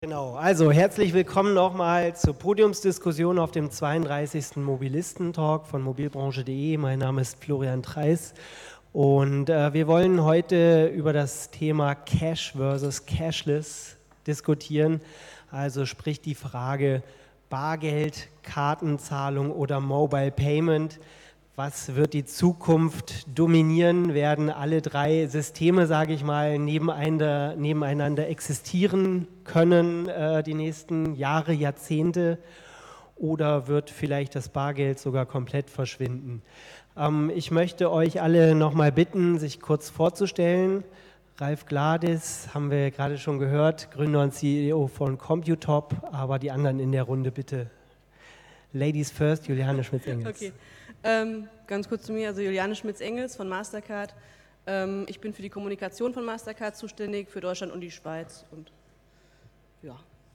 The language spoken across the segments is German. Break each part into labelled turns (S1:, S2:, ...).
S1: Genau, also herzlich willkommen nochmal zur Podiumsdiskussion auf dem 32. Mobilistentalk von mobilbranche.de. Mein Name ist Florian Treis und wir wollen heute über das Thema Cash versus Cashless diskutieren. Also sprich die Frage Bargeld, Kartenzahlung oder Mobile Payment. Was wird die Zukunft dominieren? Werden alle drei Systeme, sage ich mal, nebeneinander existieren können die nächsten Jahre, Jahrzehnte? Oder wird vielleicht das Bargeld sogar komplett verschwinden? Ich möchte euch alle nochmal bitten, sich kurz vorzustellen. Ralf Gladis, haben wir gerade schon gehört, Gründer und CEO von Computop, aber die anderen in der Runde bitte. Ladies first, Juliane Schmitz-Engels.
S2: Okay. Ganz kurz zu mir, also Juliane Schmitz-Engels von Mastercard. Ich bin für die Kommunikation von Mastercard zuständig, für Deutschland und die Schweiz. Und ja.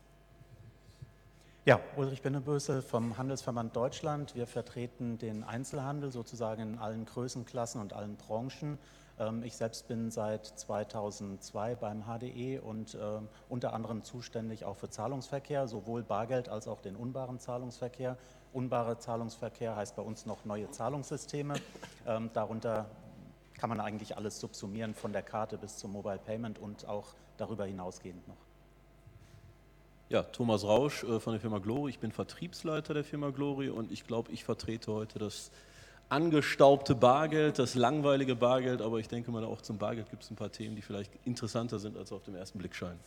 S3: Ja, Ulrich Binneböse vom Handelsverband Deutschland. Wir vertreten den Einzelhandel sozusagen in allen Größenklassen und allen Branchen. Ich selbst bin seit 2002 beim HDE und unter anderem zuständig auch für Zahlungsverkehr, sowohl Bargeld als auch den unbaren Zahlungsverkehr. Unbarer Zahlungsverkehr heißt bei uns noch neue Zahlungssysteme. Darunter kann man eigentlich alles subsumieren, von der Karte bis zum Mobile Payment und auch darüber hinausgehend noch.
S4: Ja, Thomas Rausch von der Firma Glory. Ich bin Vertriebsleiter der Firma Glory und ich glaube, ich vertrete heute das angestaubte Bargeld, das langweilige Bargeld, aber ich denke mal, auch zum Bargeld gibt es ein paar Themen, die vielleicht interessanter sind, als auf den ersten Blick scheinen.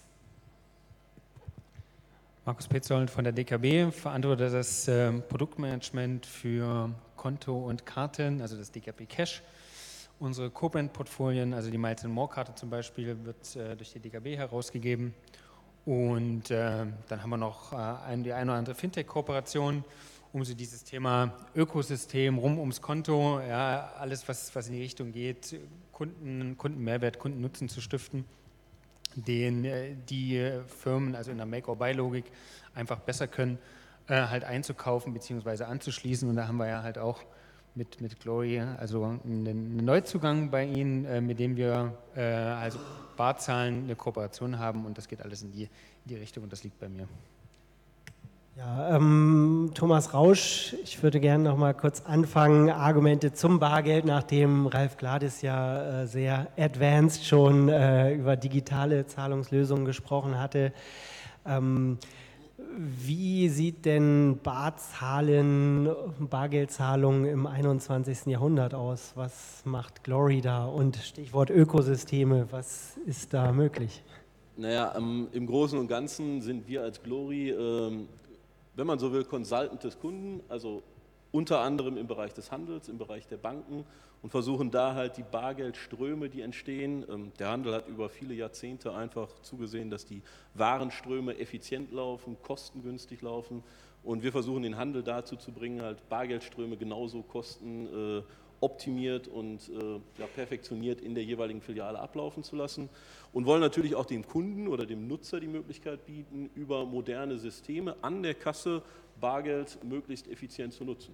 S5: Markus Petzold von der DKB, verantwortet das Produktmanagement für Konto und Karten, also das DKB Cash. Unsere Co-Brand-Portfolien, also die Miles & More-Karte zum Beispiel, wird durch die DKB herausgegeben. Und dann haben wir noch die eine oder andere Fintech-Kooperation, um so dieses Thema Ökosystem rund ums Konto, ja, alles was in die Richtung geht, Kundenmehrwert, Kundennutzen zu stiften, den die Firmen, also in der Make-or-Buy-Logik, einfach besser können, halt einzukaufen bzw. anzuschließen. Und da haben wir ja halt auch mit Glory also einen Neuzugang bei Ihnen, mit dem wir also Barzahlen eine Kooperation haben, und das geht alles in die Richtung und das liegt bei mir.
S1: Ja, Thomas Rausch, ich würde gerne noch mal kurz anfangen, Argumente zum Bargeld, nachdem Ralf Gladis ja sehr advanced schon über digitale Zahlungslösungen gesprochen hatte. Wie sieht denn Bargeldzahlungen im 21. Jahrhundert aus? Was macht Glory da? Und Stichwort Ökosysteme, was ist da möglich?
S4: Naja, im Großen und Ganzen sind wir als Glory, wenn man so will, Consultant des Kunden, also unter anderem im Bereich des Handels, im Bereich der Banken, und versuchen da halt die Bargeldströme, die entstehen. Der Handel hat über viele Jahrzehnte einfach zugesehen, dass die Warenströme effizient laufen, kostengünstig laufen, und wir versuchen den Handel dazu zu bringen, halt Bargeldströme genauso kostenoptimiert und perfektioniert in der jeweiligen Filiale ablaufen zu lassen, und wollen natürlich auch dem Kunden oder dem Nutzer die Möglichkeit bieten, über moderne Systeme an der Kasse Bargeld möglichst effizient zu nutzen.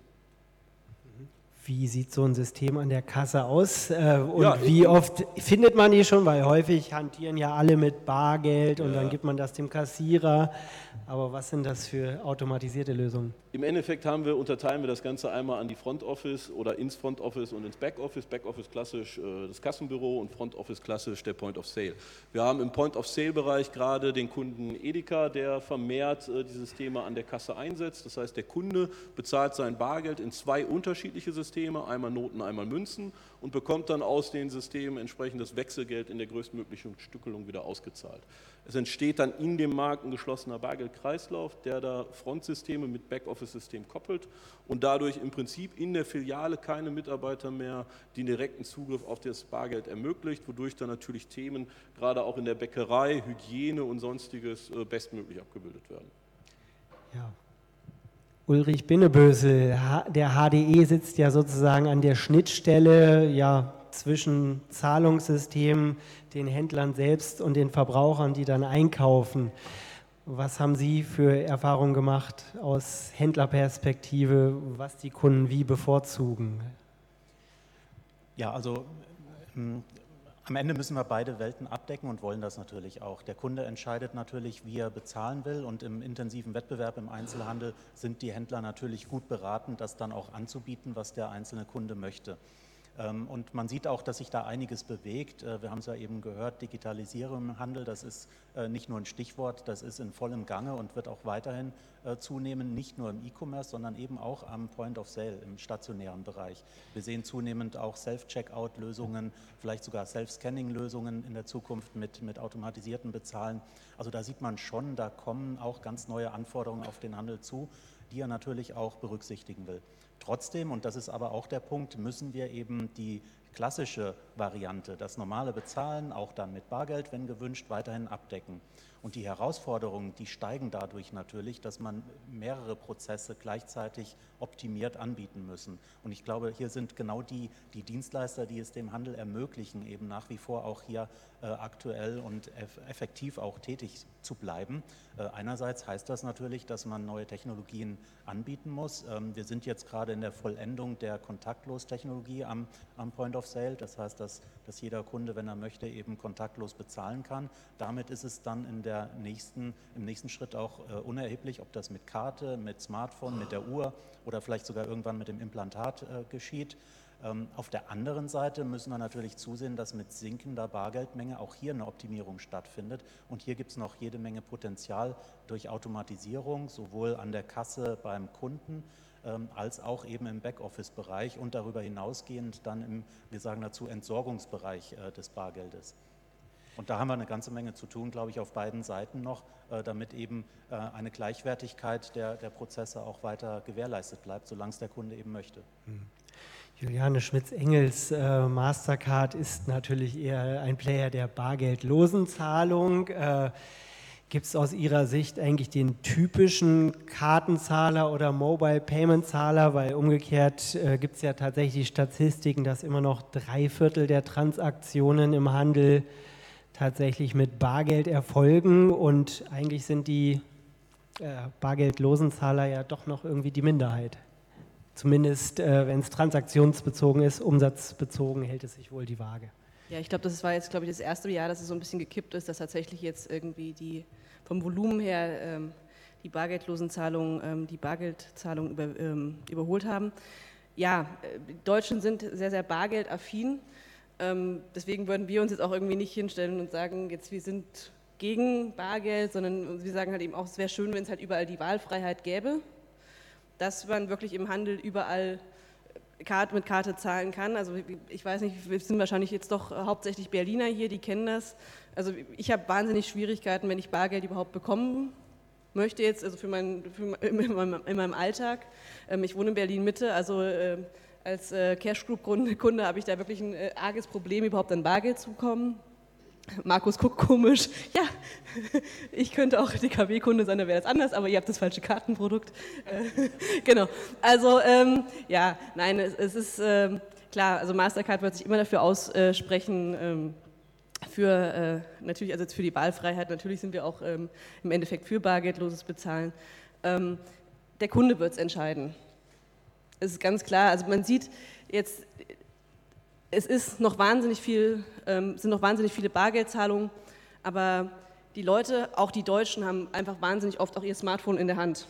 S1: Wie sieht so ein System an der Kasse aus und wie oft findet man die schon? Weil häufig hantieren ja alle mit Bargeld und dann gibt man das dem Kassierer. Aber was sind das für automatisierte Lösungen?
S4: Im Endeffekt unterteilen wir das Ganze einmal an die Front Office oder ins Front Office und ins Back Office. Back Office klassisch das Kassenbüro und Front Office klassisch der Point of Sale. Wir haben im Point of Sale Bereich gerade den Kunden Edeka, der vermehrt die Systeme an der Kasse einsetzt. Das heißt, der Kunde bezahlt sein Bargeld in zwei unterschiedliche Systeme, einmal Noten, einmal Münzen, und bekommt dann aus den Systemen entsprechend das Wechselgeld in der größtmöglichen Stückelung wieder ausgezahlt. Es entsteht dann in dem Markt ein geschlossener Bargeldkreislauf, der da Frontsysteme mit Backoffice-System koppelt und dadurch im Prinzip in der Filiale keine Mitarbeiter mehr den direkten Zugriff auf das Bargeld ermöglicht, wodurch dann natürlich Themen, gerade auch in der Bäckerei, Hygiene und Sonstiges, bestmöglich abgebildet werden.
S1: Ja. Ulrich Binneböse, der HDE sitzt ja sozusagen an der Schnittstelle, ja, zwischen Zahlungssystemen, den Händlern selbst und den Verbrauchern, die dann einkaufen. Was haben Sie für Erfahrungen gemacht aus Händlerperspektive, was die Kunden wie bevorzugen?
S3: Ja, also Am Ende müssen wir beide Welten abdecken und wollen das natürlich auch. Der Kunde entscheidet natürlich, wie er bezahlen will, und im intensiven Wettbewerb im Einzelhandel sind die Händler natürlich gut beraten, das dann auch anzubieten, was der einzelne Kunde möchte. Und man sieht auch, dass sich da einiges bewegt. Wir haben es ja eben gehört, Digitalisierung im Handel, das ist nicht nur ein Stichwort, das ist in vollem Gange und wird auch weiterhin zunehmen, nicht nur im E-Commerce, sondern eben auch am Point of Sale, im stationären Bereich. Wir sehen zunehmend auch Self-Checkout-Lösungen, vielleicht sogar Self-Scanning-Lösungen in der Zukunft mit automatisierten Bezahlen. Also da sieht man schon, da kommen auch ganz neue Anforderungen auf den Handel zu, die er natürlich auch berücksichtigen will. Trotzdem, und das ist aber auch der Punkt, müssen wir eben die klassische Variante, das normale Bezahlen, auch dann mit Bargeld, wenn gewünscht, weiterhin abdecken. Und die Herausforderungen, die steigen dadurch natürlich, dass man mehrere Prozesse gleichzeitig optimiert anbieten müssen. Und ich glaube, hier sind genau die Dienstleister, die es dem Handel ermöglichen, eben nach wie vor auch hier aktuell und effektiv auch tätig zu bleiben. Einerseits heißt das natürlich, dass man neue Technologien anbieten muss. Wir sind jetzt gerade in der Vollendung der Kontaktlos-Technologie am Point of Sale. Das heißt, dass jeder Kunde, wenn er möchte, eben kontaktlos bezahlen kann. Damit ist es dann im nächsten Schritt auch unerheblich, ob das mit Karte, mit Smartphone, mit der Uhr oder vielleicht sogar irgendwann mit dem Implantat geschieht. Auf der anderen Seite müssen wir natürlich zusehen, dass mit sinkender Bargeldmenge auch hier eine Optimierung stattfindet. Und hier gibt es noch jede Menge Potenzial durch Automatisierung, sowohl an der Kasse beim Kunden, als auch eben im Backoffice-Bereich und darüber hinausgehend dann wir sagen dazu, Entsorgungsbereich des Bargeldes. Und da haben wir eine ganze Menge zu tun, glaube ich, auf beiden Seiten noch, damit eben eine Gleichwertigkeit der Prozesse auch weiter gewährleistet bleibt, solange es der Kunde eben möchte.
S1: Juliane Schmitz-Engels, Mastercard ist natürlich eher ein Player der bargeldlosen Zahlung. Gibt es aus Ihrer Sicht eigentlich den typischen Kartenzahler oder Mobile-Payment-Zahler? Weil umgekehrt gibt es ja tatsächlich Statistiken, dass immer noch 3/4 der Transaktionen im Handel tatsächlich mit Bargeld erfolgen, und eigentlich sind die bargeldlosen Zahler ja doch noch irgendwie die Minderheit. Zumindest wenn es transaktionsbezogen ist, umsatzbezogen hält es sich wohl die Waage.
S2: Ja, ich glaube, das war jetzt, das erste Jahr, dass es so ein bisschen gekippt ist, dass tatsächlich jetzt irgendwie vom Volumen her die bargeldlosen Zahlungen die Bargeldzahlungen überholt haben. Ja, die Deutschen sind sehr, sehr bargeldaffin. Deswegen würden wir uns jetzt auch irgendwie nicht hinstellen und sagen, jetzt wir sind gegen Bargeld, sondern wir sagen halt eben auch, es wäre schön, wenn es halt überall die Wahlfreiheit gäbe, dass man wirklich im Handel überall mit Karte zahlen kann. Also ich weiß nicht, wir sind wahrscheinlich jetzt doch hauptsächlich Berliner hier, die kennen das. Also ich habe wahnsinnig Schwierigkeiten, wenn ich Bargeld überhaupt bekommen möchte jetzt, also in meinem Alltag. Ich wohne in Berlin-Mitte, also als Cash Group-Kunde habe ich da wirklich ein arges Problem, überhaupt an Bargeld zu bekommen. Markus guckt komisch. Ja, ich könnte auch DKB-Kunde sein, dann wäre das anders, aber ihr habt das falsche Kartenprodukt. Genau, also ja, nein, es ist klar, also Mastercard wird sich immer dafür aussprechen, natürlich, also jetzt für die Wahlfreiheit, natürlich sind wir auch im Endeffekt für bargeldloses Bezahlen. Der Kunde wird es entscheiden. Es ist ganz klar, also man sieht jetzt, es ist noch wahnsinnig viel, sind noch wahnsinnig viele Bargeldzahlungen, aber die Leute, auch die Deutschen, haben einfach wahnsinnig oft auch ihr Smartphone in der Hand.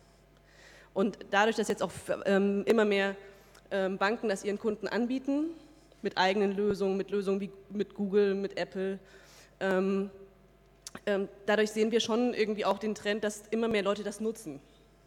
S2: Und dadurch, dass jetzt auch immer mehr Banken das ihren Kunden anbieten, mit eigenen Lösungen, mit Lösungen wie mit Google, mit Apple, dadurch sehen wir schon irgendwie auch den Trend, dass immer mehr Leute das nutzen.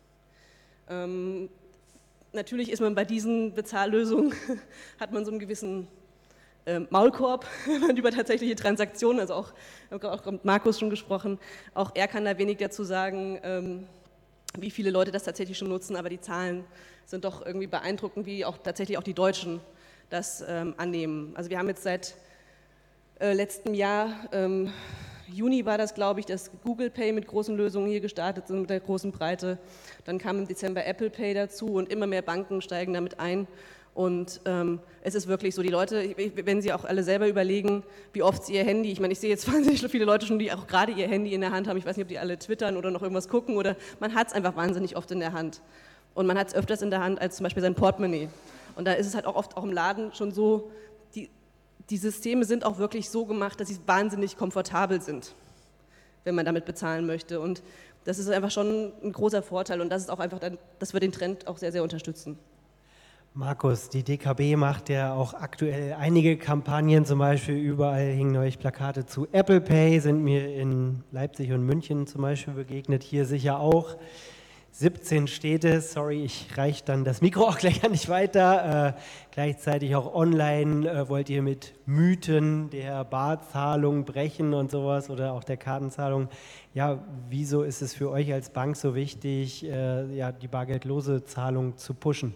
S2: Natürlich ist man bei diesen Bezahllösungen, hat man so einen gewissen Maulkorb, wenn man über tatsächliche Transaktionen, also auch mit Markus schon gesprochen, auch er kann da wenig dazu sagen, wie viele Leute das tatsächlich schon nutzen, aber die Zahlen sind doch irgendwie beeindruckend, wie auch tatsächlich auch die Deutschen das annehmen. Also wir haben jetzt seit letztem Jahr, Juni war das, glaube ich, dass Google Pay mit großen Lösungen hier gestartet sind, mit der großen Breite. Dann kam im Dezember Apple Pay dazu und immer mehr Banken steigen damit ein. Und es ist wirklich so, die Leute, wenn sie auch alle selber überlegen, wie oft sie ihr Handy, ich meine, ich sehe jetzt wahnsinnig viele Leute schon, die auch gerade ihr Handy in der Hand haben, ich weiß nicht, ob die alle twittern oder noch irgendwas gucken, oder man hat es einfach wahnsinnig oft in der Hand. Und man hat es öfters in der Hand als zum Beispiel sein Portemonnaie. Und da ist es halt auch oft auch im Laden schon so, die Systeme sind auch wirklich so gemacht, dass sie wahnsinnig komfortabel sind, wenn man damit bezahlen möchte. Und das ist einfach schon ein großer Vorteil und das ist auch einfach, dass wir den Trend auch sehr, sehr unterstützen.
S1: Markus, die DKB macht ja auch aktuell einige Kampagnen, zum Beispiel überall hingen euch Plakate zu Apple Pay, sind mir in Leipzig und München zum Beispiel begegnet, hier sicher auch. 17 Städte, sorry, ich reiche dann das Mikro auch gleich an dich weiter. Gleichzeitig auch online wollt ihr mit Mythen der Barzahlung brechen und sowas oder auch der Kartenzahlung. Ja, wieso ist es für euch als Bank so wichtig, ja, die bargeldlose Zahlung zu pushen?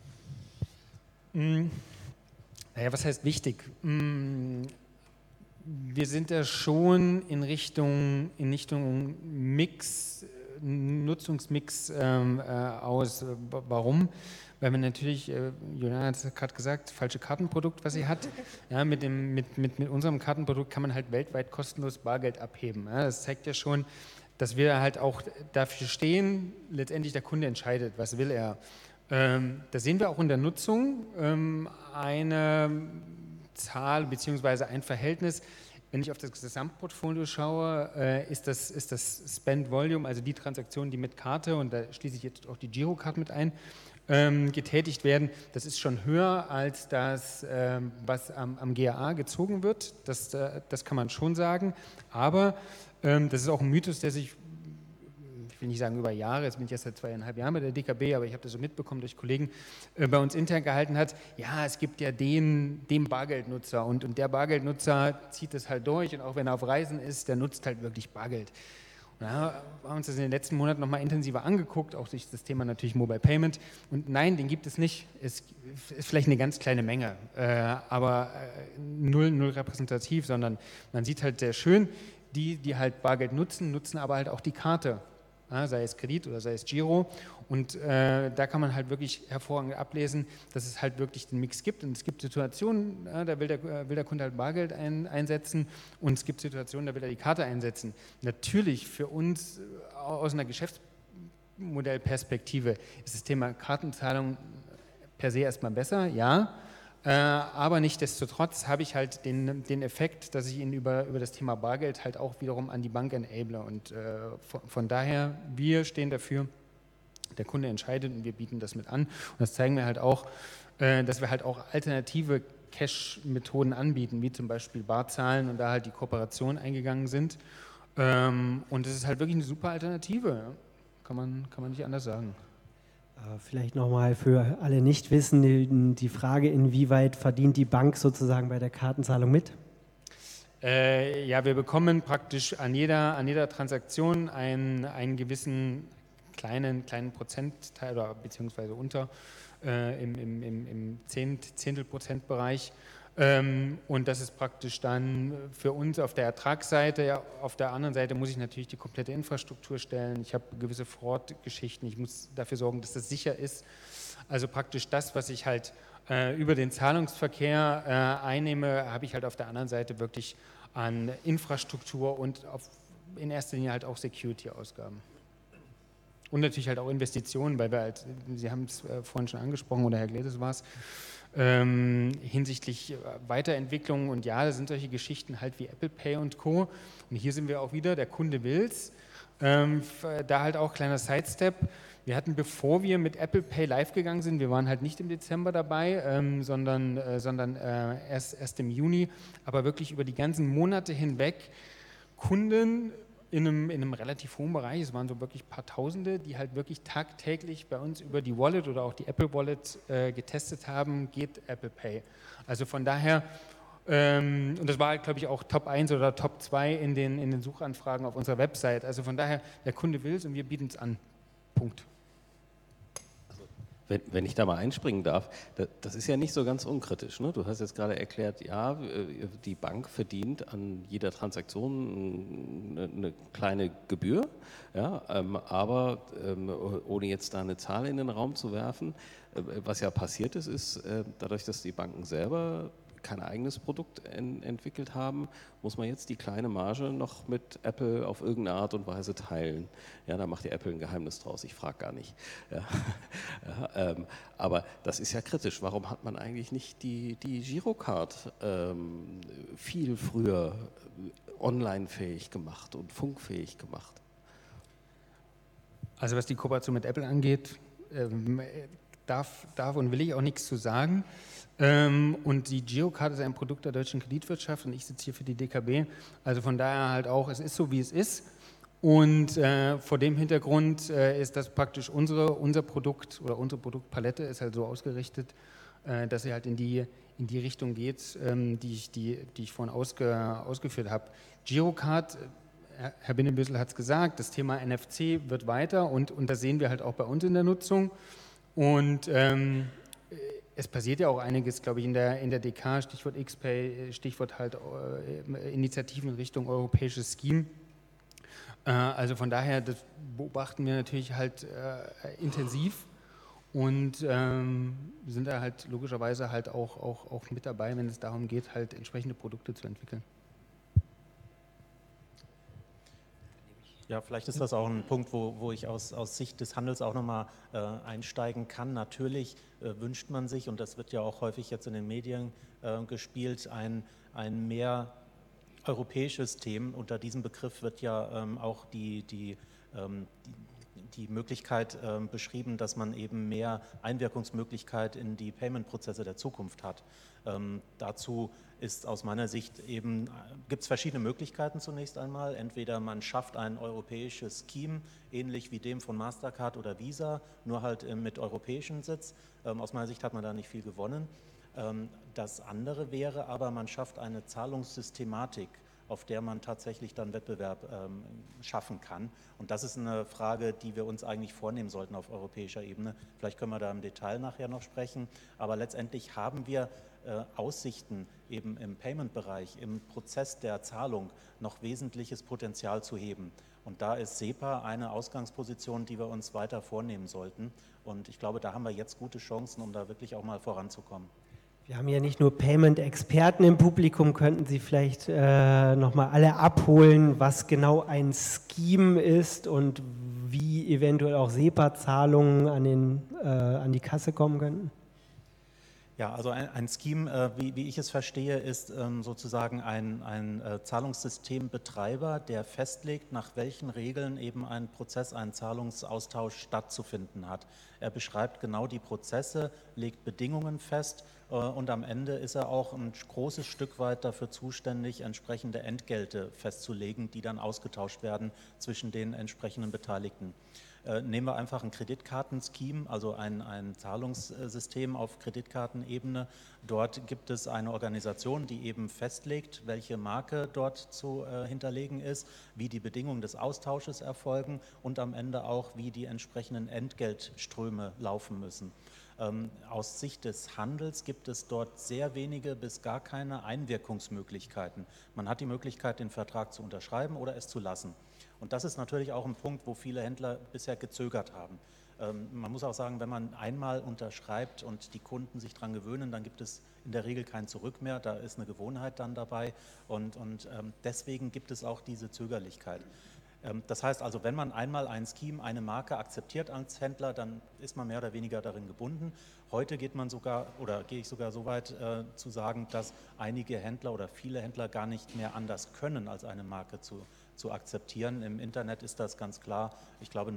S5: Naja, was heißt wichtig? Wir sind da schon in Richtung Mix, Nutzungsmix aus. Warum? Weil man natürlich, Juliana hat es gerade gesagt, falsche Kartenprodukt, was sie hat. Ja, mit unserem Kartenprodukt kann man halt weltweit kostenlos Bargeld abheben. Ja, das zeigt ja schon, dass wir halt auch dafür stehen, letztendlich der Kunde entscheidet, was will er. Da sehen wir auch in der Nutzung eine Zahl bzw. ein Verhältnis. Wenn ich auf das Gesamtportfolio schaue, ist das Spend Volume, also die Transaktionen, die mit Karte, und da schließe ich jetzt auch die Girocard mit ein, getätigt werden, das ist schon höher als das, was am GAA gezogen wird. Das kann man schon sagen. Aber das ist auch ein Mythos, der sich, ich will nicht sagen über Jahre, jetzt bin ich erst seit 2,5 Jahren bei der DKB, aber ich habe das so mitbekommen durch Kollegen, bei uns intern gehalten hat, ja, es gibt ja den Bargeldnutzer und der Bargeldnutzer zieht das halt durch und auch wenn er auf Reisen ist, der nutzt halt wirklich Bargeld. Und da haben wir uns das in den letzten Monaten nochmal intensiver angeguckt, auch durch das Thema natürlich Mobile Payment. Und nein, den gibt es nicht. Es ist vielleicht eine ganz kleine Menge, aber null repräsentativ, sondern man sieht halt sehr schön, die halt Bargeld nutzen aber halt auch die Karte. Ja, sei es Kredit oder sei es Giro und da kann man halt wirklich hervorragend ablesen, dass es halt wirklich den Mix gibt und es gibt Situationen, da will der Kunde halt Bargeld einsetzen und es gibt Situationen, da will er die Karte einsetzen. Natürlich für uns aus einer Geschäftsmodellperspektive ist das Thema Kartenzahlung per se erstmal besser, ja. Aber nichtsdestotrotz habe ich halt den Effekt, dass ich ihn über das Thema Bargeld halt auch wiederum an die Bank enable und von daher, wir stehen dafür, der Kunde entscheidet und wir bieten das mit an und das zeigen wir halt auch, dass wir halt auch alternative Cash-Methoden anbieten, wie zum Beispiel Barzahlen und da halt die Kooperation eingegangen sind und es ist halt wirklich eine super Alternative, kann man nicht anders sagen.
S1: Vielleicht nochmal für alle Nichtwissenden die Frage, inwieweit verdient die Bank sozusagen bei der Kartenzahlung mit?
S5: Ja, wir bekommen praktisch an jeder Transaktion einen gewissen kleinen Prozentteil oder beziehungsweise unter im Zehntelprozentbereich. Und das ist praktisch dann für uns auf der Ertragsseite. Ja, auf der anderen Seite muss ich natürlich die komplette Infrastruktur stellen. Ich habe gewisse Fraud-Geschichten. Ich muss dafür sorgen, dass das sicher ist. Also praktisch das, was ich halt über den Zahlungsverkehr einnehme, habe ich halt auf der anderen Seite wirklich an Infrastruktur und in erster Linie halt auch Security-Ausgaben. Und natürlich halt auch Investitionen, weil wir halt, Sie haben es vorhin schon angesprochen, oder Herr Gledes war es, hinsichtlich Weiterentwicklung und ja, da sind solche Geschichten halt wie Apple Pay und Co. Und hier sind wir auch wieder, der Kunde will's. Da halt auch kleiner Sidestep. Wir hatten, bevor wir mit Apple Pay live gegangen sind, wir waren halt nicht im Dezember dabei, sondern erst im Juni, aber wirklich über die ganzen Monate hinweg Kunden in einem relativ hohen Bereich, es waren so wirklich ein paar Tausende, die halt wirklich tagtäglich bei uns über die Wallet oder auch die Apple Wallet getestet haben, geht Apple Pay. Also von daher, und das war halt, glaube ich, auch Top 1 oder Top 2 in den Suchanfragen auf unserer Website. Also von daher, der Kunde will es und wir bieten es an. Punkt.
S6: Wenn ich da mal einspringen darf, das ist ja nicht so ganz unkritisch. Ne? Du hast jetzt gerade erklärt, ja, die Bank verdient an jeder Transaktion eine kleine Gebühr, ja, aber ohne jetzt da eine Zahl in den Raum zu werfen, was ja passiert ist, dadurch, dass die Banken selber kein eigenes Produkt entwickelt haben, muss man jetzt die kleine Marge noch mit Apple auf irgendeine Art und Weise teilen. Ja, da macht die Apple ein Geheimnis draus, ich frage gar nicht. Ja. Ja, aber das ist ja kritisch. Warum hat man eigentlich nicht die Girocard viel früher online-fähig gemacht und funkfähig gemacht?
S5: Also was die Kooperation mit Apple angeht, darf und will ich auch nichts zu sagen. Und die Girocard ist ein Produkt der deutschen Kreditwirtschaft und ich sitze hier für die DKB. Also von daher halt auch, es ist so, wie es ist. Und vor dem Hintergrund ist das praktisch unser Produkt oder unsere Produktpalette ist halt so ausgerichtet, dass sie halt in die Richtung geht, die ich vorhin ausgeführt habe. Girocard, Herr Binnenbüssel hat es gesagt, das Thema NFC wird weiter und das sehen wir halt auch bei uns in der Nutzung. Und es passiert ja auch einiges, glaube ich, in der DK, Stichwort XPay, Stichwort halt Initiativen in Richtung europäisches Scheme. Also von daher, das beobachten wir natürlich halt intensiv und sind da halt logischerweise halt auch mit dabei, wenn es darum geht, halt entsprechende Produkte zu entwickeln.
S3: Ja, vielleicht ist das auch ein Punkt, wo ich aus Sicht des Handels auch nochmal einsteigen kann. Natürlich wünscht man sich, und das wird ja auch häufig jetzt in den Medien gespielt, ein mehr europäisches Thema. Unter diesem Begriff wird ja auch die Möglichkeit beschrieben, dass man eben mehr Einwirkungsmöglichkeit in die Payment-Prozesse der Zukunft hat. Dazu ist aus meiner Sicht eben, gibt es verschiedene Möglichkeiten zunächst einmal. Entweder man schafft ein europäisches Scheme, ähnlich wie dem von Mastercard oder Visa, nur halt mit europäischem Sitz. Aus meiner Sicht hat man da nicht viel gewonnen. Das andere wäre aber, man schafft eine Zahlungssystematik, auf der man tatsächlich dann Wettbewerb schaffen kann. Und das ist eine Frage, die wir uns eigentlich vornehmen sollten auf europäischer Ebene. Vielleicht können wir da im Detail nachher noch sprechen. Aber letztendlich haben wir Aussichten, eben im Payment-Bereich, im Prozess der Zahlung noch wesentliches Potenzial zu heben. Und da ist SEPA eine Ausgangsposition, die wir uns weiter vornehmen sollten. Und ich glaube, da haben wir jetzt gute Chancen, um da wirklich auch mal voranzukommen.
S1: Wir haben ja nicht nur Payment-Experten im Publikum, könnten Sie vielleicht nochmal alle abholen, was genau ein Scheme ist und wie eventuell auch SEPA-Zahlungen an die Kasse kommen könnten?
S3: Ja, also ein Scheme, wie ich es verstehe, ist sozusagen ein Zahlungssystembetreiber, der festlegt, nach welchen Regeln eben ein Prozess, ein Zahlungsaustausch stattzufinden hat. Er beschreibt genau die Prozesse, legt Bedingungen fest und am Ende ist er auch ein großes Stück weit dafür zuständig, entsprechende Entgelte festzulegen, die dann ausgetauscht werden zwischen den entsprechenden Beteiligten. Nehmen wir einfach ein Kreditkartenscheme, also ein Zahlungssystem auf Kreditkartenebene. Dort gibt es eine Organisation, die eben festlegt, welche Marke dort zu hinterlegen ist, wie die Bedingungen des Austausches erfolgen und am Ende auch, wie die entsprechenden Entgeltströme laufen müssen. Aus Sicht des Handels gibt es dort sehr wenige bis gar keine Einwirkungsmöglichkeiten. Man hat die Möglichkeit, den Vertrag zu unterschreiben oder es zu lassen. Und das ist natürlich auch ein Punkt, wo viele Händler bisher gezögert haben. Man muss auch sagen, wenn man einmal unterschreibt und die Kunden sich daran gewöhnen, dann gibt es in der Regel kein Zurück mehr, da ist eine Gewohnheit dann dabei und deswegen gibt es auch diese Zögerlichkeit. Das heißt also, wenn man einmal ein Scheme, eine Marke akzeptiert als Händler, dann ist man mehr oder weniger darin gebunden. Heute gehe ich sogar so weit zu sagen, dass einige Händler oder viele Händler gar nicht mehr anders können, als eine Marke zu akzeptieren. Im Internet ist das ganz klar. Ich glaube,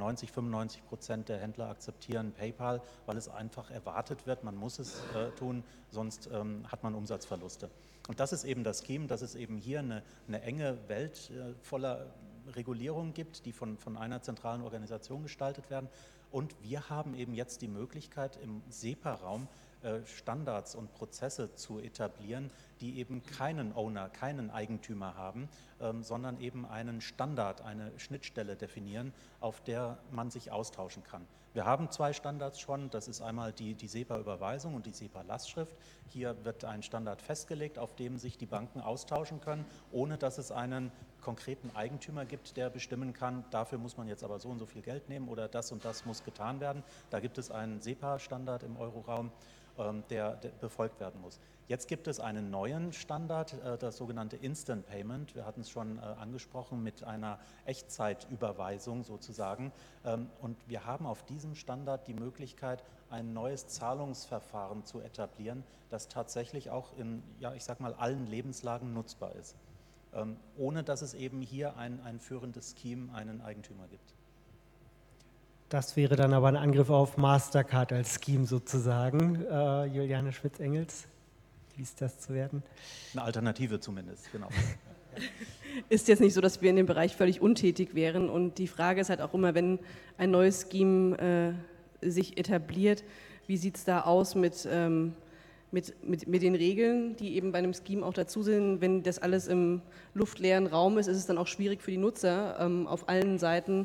S3: 95% der Händler akzeptieren PayPal, weil es einfach erwartet wird. Man muss es tun, sonst hat man Umsatzverluste. Und das ist eben das Scheme, dass es eben hier eine enge Welt voller Regulierungen gibt, die von einer zentralen Organisation gestaltet werden. Und wir haben eben jetzt die Möglichkeit, im SEPA-Raum Standards und Prozesse zu etablieren, die eben keinen Owner, keinen Eigentümer haben, sondern eben einen Standard, eine Schnittstelle definieren, auf der man sich austauschen kann. Wir haben 2 Standards schon, das ist einmal die SEPA-Überweisung und die SEPA-Lastschrift. Hier wird ein Standard festgelegt, auf dem sich die Banken austauschen können, ohne dass es einen konkreten Eigentümer gibt, der bestimmen kann, dafür muss man jetzt aber so und so viel Geld nehmen oder das und das muss getan werden. Da gibt es einen SEPA-Standard im Euroraum. der befolgt werden muss. Jetzt gibt es einen neuen Standard, das sogenannte Instant Payment. Wir hatten es schon angesprochen mit einer Echtzeitüberweisung sozusagen. Und wir haben auf diesem Standard die Möglichkeit, ein neues Zahlungsverfahren zu etablieren, das tatsächlich auch in, ja, ich sag mal, allen Lebenslagen nutzbar ist. Ohne dass es eben hier ein führendes Scheme, einen Eigentümer gibt.
S1: Das wäre dann aber ein Angriff auf Mastercard als Scheme sozusagen. Juliane Schmitz-Engels, wie ist das zu werden?
S3: Eine Alternative zumindest, genau.
S2: Ist jetzt nicht so, dass wir in dem Bereich völlig untätig wären und die Frage ist halt auch immer, wenn ein neues Scheme sich etabliert, wie sieht es da aus mit den Regeln, die eben bei einem Scheme auch dazu sind. Wenn das alles im luftleeren Raum ist, ist es dann auch schwierig für die Nutzer, auf allen Seiten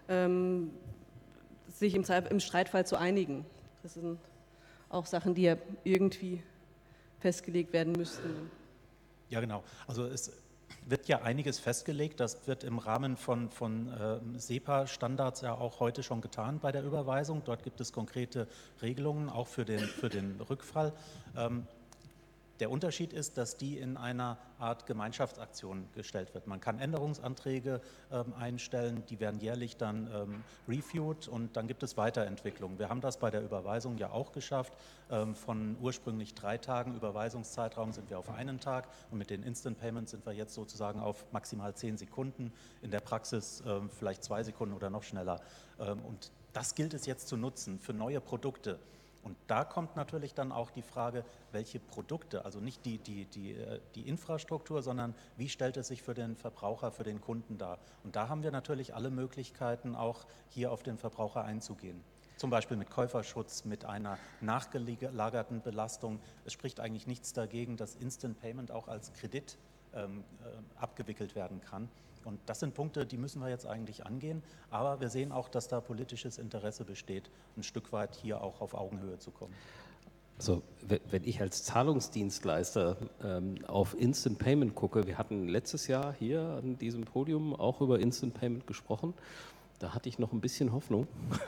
S2: sich im Streitfall zu einigen. Das sind auch Sachen, die ja irgendwie festgelegt werden müssten.
S3: Ja, genau. Also es wird ja einiges festgelegt. Das wird im Rahmen von SEPA-Standards ja auch heute schon getan bei der Überweisung. Dort gibt es konkrete Regelungen, auch für den Rückfall. Der Unterschied ist, dass die in einer Art Gemeinschaftsaktion gestellt wird. Man kann Änderungsanträge einstellen, die werden jährlich dann reviewed und dann gibt es Weiterentwicklungen. Wir haben das bei der Überweisung ja auch geschafft. Von ursprünglich 3 Tagen Überweisungszeitraum sind wir auf 1 Tag und mit den Instant Payments sind wir jetzt sozusagen auf maximal 10 Sekunden, in der Praxis vielleicht 2 Sekunden oder noch schneller. Und das gilt es jetzt zu nutzen für neue Produkte. Und da kommt natürlich dann auch die Frage, welche Produkte, also nicht die Infrastruktur, sondern wie stellt es sich für den Verbraucher, für den Kunden dar? Und da haben wir natürlich alle Möglichkeiten, auch hier auf den Verbraucher einzugehen. Zum Beispiel mit Käuferschutz, mit einer nachgelagerten Belastung. Es spricht eigentlich nichts dagegen, dass Instant Payment auch als Kredit abgewickelt werden kann. Und das sind Punkte, die müssen wir jetzt eigentlich angehen, aber wir sehen auch, dass da politisches Interesse besteht, ein Stück weit hier auch auf Augenhöhe zu kommen.
S6: Also wenn ich als Zahlungsdienstleister auf Instant Payment gucke, wir hatten letztes Jahr hier an diesem Podium auch über Instant Payment gesprochen, da hatte ich noch ein bisschen Hoffnung.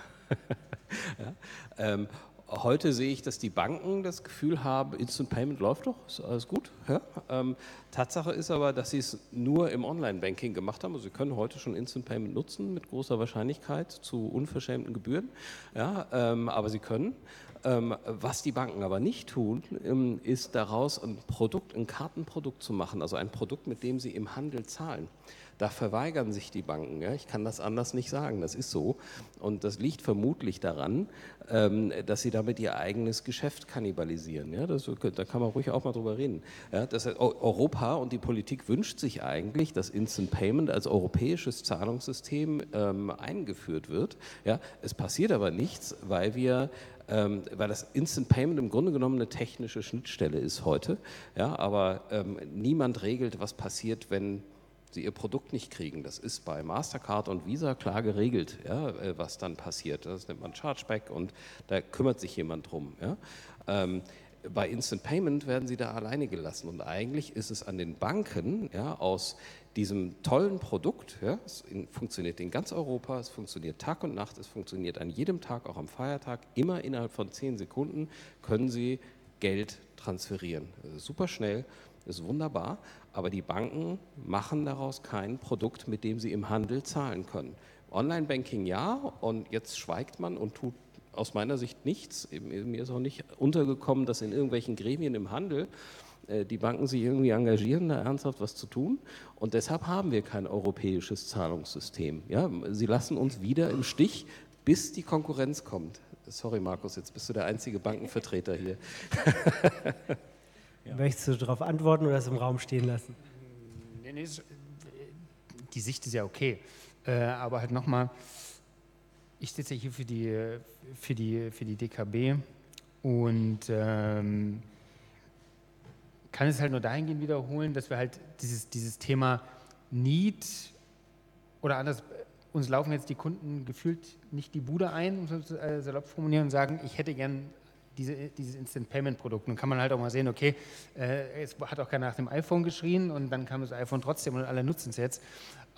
S6: Ja, heute sehe ich, dass die Banken das Gefühl haben, Instant Payment läuft doch, ist alles gut. Ja? Tatsache ist aber, dass sie es nur im Online-Banking gemacht haben. Also sie können heute schon Instant Payment nutzen mit großer Wahrscheinlichkeit zu unverschämten Gebühren. Ja? Aber sie können. Was die Banken aber nicht tun, ist daraus ein Kartenprodukt zu machen, also ein Produkt, mit dem sie im Handel zahlen. Da verweigern sich die Banken. Ja? Ich kann das anders nicht sagen, das ist so. Und das liegt vermutlich daran, dass sie damit ihr eigenes Geschäft kannibalisieren. Ja? Da kann man ruhig auch mal drüber reden. Ja? Das heißt, Europa und die Politik wünscht sich eigentlich, dass Instant Payment als europäisches Zahlungssystem eingeführt wird. Ja? Es passiert aber nichts, weil das Instant Payment im Grunde genommen eine technische Schnittstelle ist heute. Ja? Aber niemand regelt, was passiert, wenn sie ihr Produkt nicht kriegen. Das ist bei Mastercard und Visa klar geregelt, ja, was dann passiert. Das nennt man Chargeback und da kümmert sich jemand drum. Ja. Bei Instant Payment werden sie da alleine gelassen und eigentlich ist es an den Banken, ja, aus diesem tollen Produkt, ja, es funktioniert in ganz Europa, es funktioniert Tag und Nacht, es funktioniert an jedem Tag, auch am Feiertag, immer innerhalb von 10 Sekunden können sie Geld transferieren. Super schnell. Das ist wunderbar, aber die Banken machen daraus kein Produkt, mit dem sie im Handel zahlen können. Online-Banking ja, und jetzt schweigt man und tut aus meiner Sicht nichts. Mir ist auch nicht untergekommen, dass in irgendwelchen Gremien im Handel die Banken sich irgendwie engagieren, da ernsthaft was zu tun. Und deshalb haben wir kein europäisches Zahlungssystem. Ja, sie lassen uns wieder im Stich, bis die Konkurrenz kommt. Sorry Markus, jetzt bist du der einzige Bankenvertreter hier.
S1: Ja. Möchtest du darauf antworten oder es im Raum stehen lassen?
S5: Nee, die Sicht ist ja okay. Aber halt nochmal, ich sitze hier für die DKB und kann es halt nur dahingehend wiederholen, dass wir halt dieses Thema Need oder anders, uns laufen jetzt die Kunden gefühlt nicht die Bude ein, um es salopp formulieren, und sagen, ich hätte gern dieses Instant-Payment-Produkt. Nun kann man halt auch mal sehen, okay, es hat auch keiner nach dem iPhone geschrien und dann kam das iPhone trotzdem und alle nutzen es jetzt.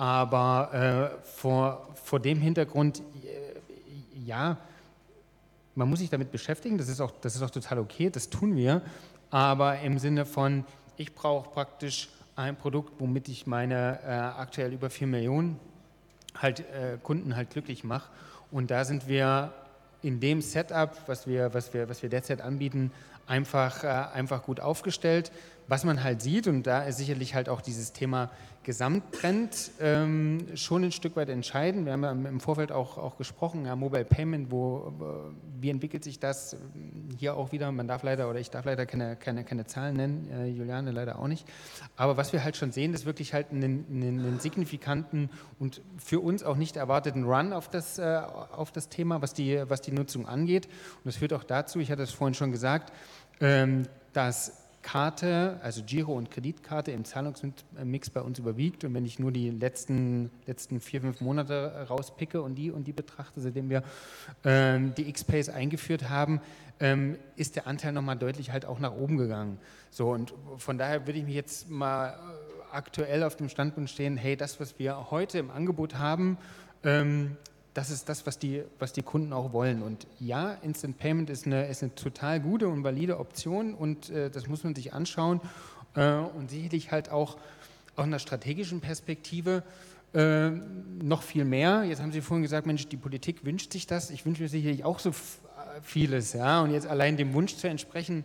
S5: Aber vor dem Hintergrund, ja, man muss sich damit beschäftigen, das ist auch total okay, das tun wir, aber im Sinne von, ich brauche praktisch ein Produkt, womit ich meine aktuell über 4 Millionen Kunden halt glücklich mache. Und da sind wir in dem Setup, was wir derzeit anbieten, einfach gut aufgestellt. Was man halt sieht, und da ist sicherlich halt auch dieses Thema Gesamttrend schon ein Stück weit entscheidend. Wir haben ja im Vorfeld auch gesprochen, ja, Mobile Payment, wie entwickelt sich das? Hier auch wieder, ich darf leider keine Zahlen nennen, Juliane leider auch nicht. Aber was wir halt schon sehen, ist wirklich halt einen signifikanten und für uns auch nicht erwarteten Run auf das Thema, was die Nutzung angeht. Und das führt auch dazu, ich hatte es vorhin schon gesagt, dass Karte, also Giro und Kreditkarte im Zahlungsmix bei uns überwiegt. Und wenn ich nur die letzten 4-5 Monate rauspicke und die betrachte, seitdem wir die X-Pays eingeführt haben, ist der Anteil nochmal deutlich halt auch nach oben gegangen. So, und von daher würde ich mich jetzt mal aktuell auf dem Standpunkt stehen, hey, das, was wir heute im Angebot haben, das ist das, was die Kunden auch wollen. Und ja, Instant Payment ist eine total gute und valide Option und das muss man sich anschauen und sicherlich halt auch aus einer strategischen Perspektive noch viel mehr. Jetzt haben Sie vorhin gesagt, Mensch, die Politik wünscht sich das. Ich wünsche mir sicherlich auch so vieles. Ja? Und jetzt allein dem Wunsch zu entsprechen,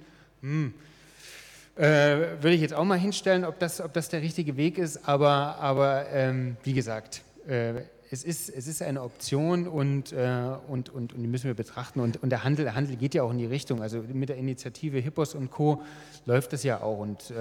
S5: würde ich jetzt auch mal hinstellen, ob das der richtige Weg ist. Aber wie gesagt, es ist eine Option und die müssen wir betrachten. Und der Handel geht ja auch in die Richtung. Also mit der Initiative Hippos und Co. läuft es ja auch. Und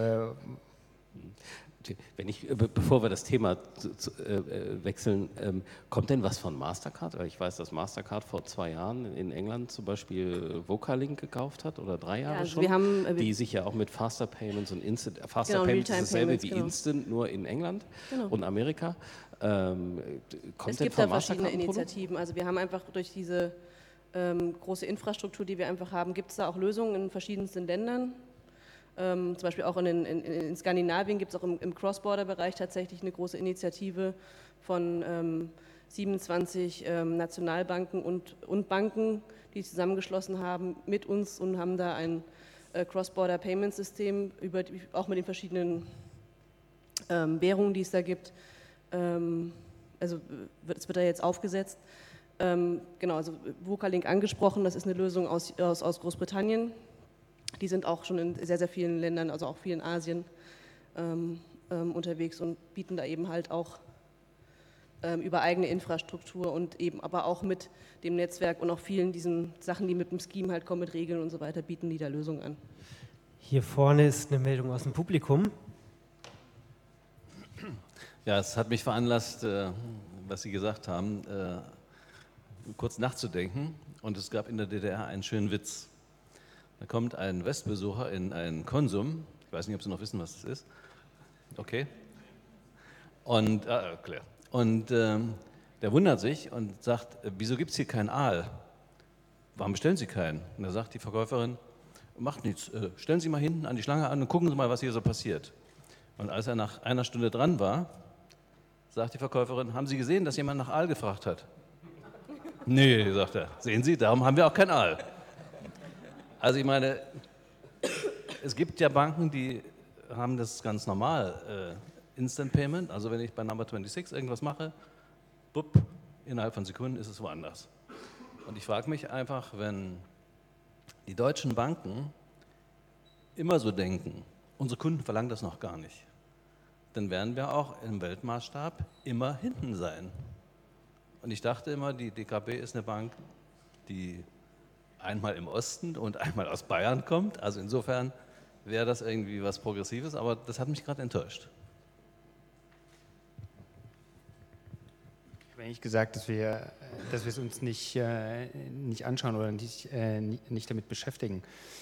S6: bevor wir das Thema wechseln, kommt denn was von Mastercard? Weil ich weiß, dass Mastercard vor 2 Jahren in England zum Beispiel Vocalink gekauft hat oder 3 Jahre
S2: also
S6: schon, die sich ja auch mit Faster Payments und Instant, Faster Payments ist dasselbe wie Instant, nur in England und Amerika.
S2: Es gibt da verschiedene Initiativen. Also wir haben einfach durch diese große Infrastruktur, die wir einfach haben, gibt es da auch Lösungen in verschiedensten Ländern. Zum Beispiel auch in Skandinavien gibt es auch im Cross-Border-Bereich tatsächlich eine große Initiative von 27 Nationalbanken und Banken, die zusammengeschlossen haben mit uns und haben da ein Cross-Border-Payment-System, auch mit den verschiedenen Währungen, die es da gibt. Also es wird da jetzt aufgesetzt. Genau, also Vocalink angesprochen, das ist eine Lösung aus Großbritannien. Die sind auch schon in sehr, sehr vielen Ländern, also auch viel in Asien unterwegs und bieten da eben halt auch über eigene Infrastruktur und eben aber auch mit dem Netzwerk und auch vielen diesen Sachen, die mit dem Scheme halt kommen, mit Regeln und so weiter, bieten die da Lösungen an.
S1: Hier vorne ist eine Meldung aus dem Publikum.
S7: Ja, es hat mich veranlasst, was Sie gesagt haben, kurz nachzudenken. Und es gab in der DDR einen schönen Witz. Da kommt ein Westbesucher in einen Konsum. Ich weiß nicht, ob Sie noch wissen, was das ist. Okay. Und, klar. Und der wundert sich und sagt, wieso gibt es hier keinen Aal? Warum bestellen Sie keinen? Und da sagt die Verkäuferin, macht nichts, stellen Sie mal hinten an die Schlange an und gucken Sie mal, was hier so passiert. Und als er nach einer Stunde dran war, sagt die Verkäuferin, haben Sie gesehen, dass jemand nach Aal gefragt hat? Nee, sagt er, sehen Sie, darum haben wir auch kein Aal. Also ich meine, es gibt ja Banken, die haben das ganz normal, Instant Payment, also wenn ich bei Number 26 irgendwas mache, bupp, innerhalb von Sekunden ist es woanders. Und ich frage mich einfach, wenn die deutschen Banken immer so denken, unsere Kunden verlangen das noch gar nicht, dann werden wir auch im Weltmaßstab immer hinten sein. Und ich dachte immer, die DKB ist eine Bank, die einmal im Osten und einmal aus Bayern kommt. Also insofern wäre das irgendwie was Progressives, aber das hat mich gerade enttäuscht.
S5: Ich habe eigentlich gesagt, dass wir es uns nicht anschauen oder nicht damit beschäftigen.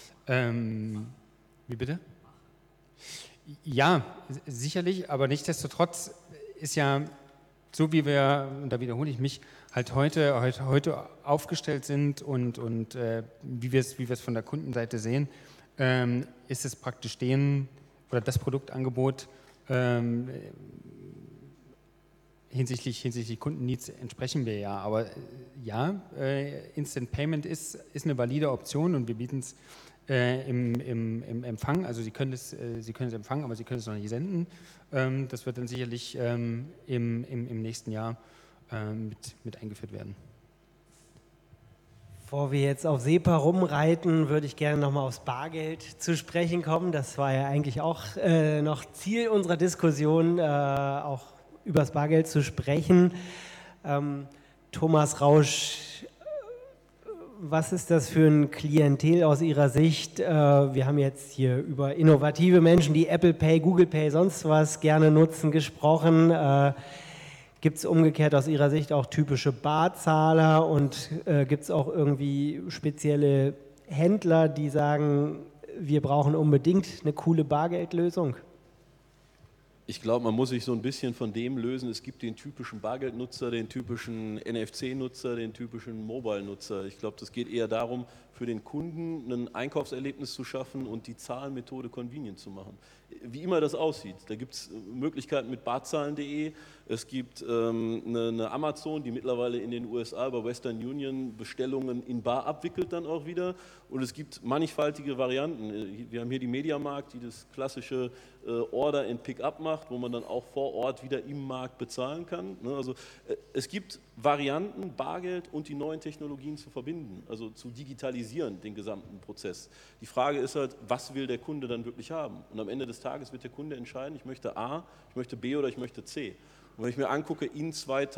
S5: Wie bitte? Ja, sicherlich, aber nichtsdestotrotz ist ja, so wie wir, und da wiederhole ich mich, halt heute aufgestellt sind und wie wir es von der Kundenseite sehen, ist es praktisch das Produktangebot hinsichtlich Kundenneeds entsprechen wir ja. Aber ja, Instant Payment ist eine valide Option und wir bieten es im Empfang. Also Sie können es empfangen, aber Sie können es noch nicht senden. Das wird dann sicherlich im nächsten Jahr mit eingeführt werden.
S1: Bevor wir jetzt auf SEPA rumreiten, würde ich gerne nochmal aufs Bargeld zu sprechen kommen. Das war ja eigentlich auch noch Ziel unserer Diskussion, auch über das Bargeld zu sprechen. Thomas Rausch, was ist das für ein Klientel aus Ihrer Sicht? Wir haben jetzt hier über innovative Menschen, die Apple Pay, Google Pay, sonst was gerne nutzen, gesprochen. Gibt es umgekehrt aus Ihrer Sicht auch typische Barzahler und gibt es auch irgendwie spezielle Händler, die sagen, wir brauchen unbedingt eine coole Bargeldlösung?
S4: Ich glaube, man muss sich so ein bisschen von dem lösen. Es gibt den typischen Bargeldnutzer, den typischen NFC-Nutzer, den typischen Mobile-Nutzer. Ich glaube, das geht eher darum, für den Kunden ein Einkaufserlebnis zu schaffen und die Zahlmethode convenient zu machen. Wie immer das aussieht. Da gibt es Möglichkeiten mit barzahlen.de. Es gibt eine Amazon, die mittlerweile in den USA über Western Union Bestellungen in bar abwickelt dann auch wieder. Und es gibt mannigfaltige Varianten. Wir haben hier die Mediamarkt, die das klassische Order and Pick-up macht, wo man dann auch vor Ort wieder im Markt bezahlen kann. Also es gibt Varianten, Bargeld und die neuen Technologien zu verbinden, also zu digitalisieren, den gesamten Prozess. Die Frage ist halt, was will der Kunde dann wirklich haben? Und am Ende des Tages wird der Kunde entscheiden, ich möchte A, ich möchte B oder ich möchte C. Und wenn ich mir angucke, in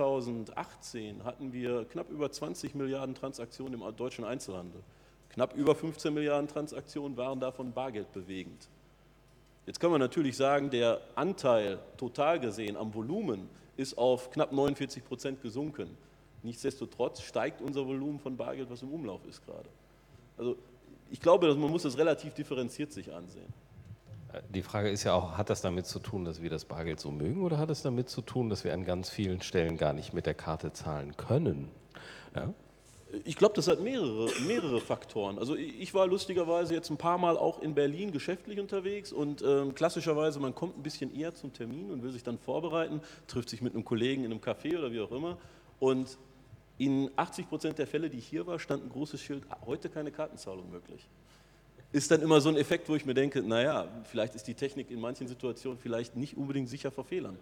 S4: 2018 hatten wir knapp über 20 Milliarden Transaktionen im deutschen Einzelhandel. Knapp über 15 Milliarden Transaktionen waren davon bargeldbewegend. Jetzt kann man natürlich sagen, der Anteil total gesehen am Volumen ist auf knapp 49% gesunken. Nichtsdestotrotz steigt unser Volumen von Bargeld, was im Umlauf ist gerade. Also ich glaube, man muss das relativ differenziert sich ansehen.
S6: Die Frage ist ja auch, hat das damit zu tun, dass wir das Bargeld so mögen oder hat es damit zu tun, dass wir an ganz vielen Stellen gar nicht mit der Karte zahlen können? Ja?
S4: Ich glaube, das hat mehrere Faktoren. Also ich war lustigerweise jetzt ein paar Mal auch in Berlin geschäftlich unterwegs und klassischerweise, man kommt ein bisschen eher zum Termin und will sich dann vorbereiten, trifft sich mit einem Kollegen in einem Café oder wie auch immer und in 80% der Fälle, die ich hier war, stand ein großes Schild, heute keine Kartenzahlung möglich. Ist dann immer so ein Effekt, wo ich mir denke, naja, vielleicht ist die Technik in manchen Situationen vielleicht nicht unbedingt sicher vor Fehlern.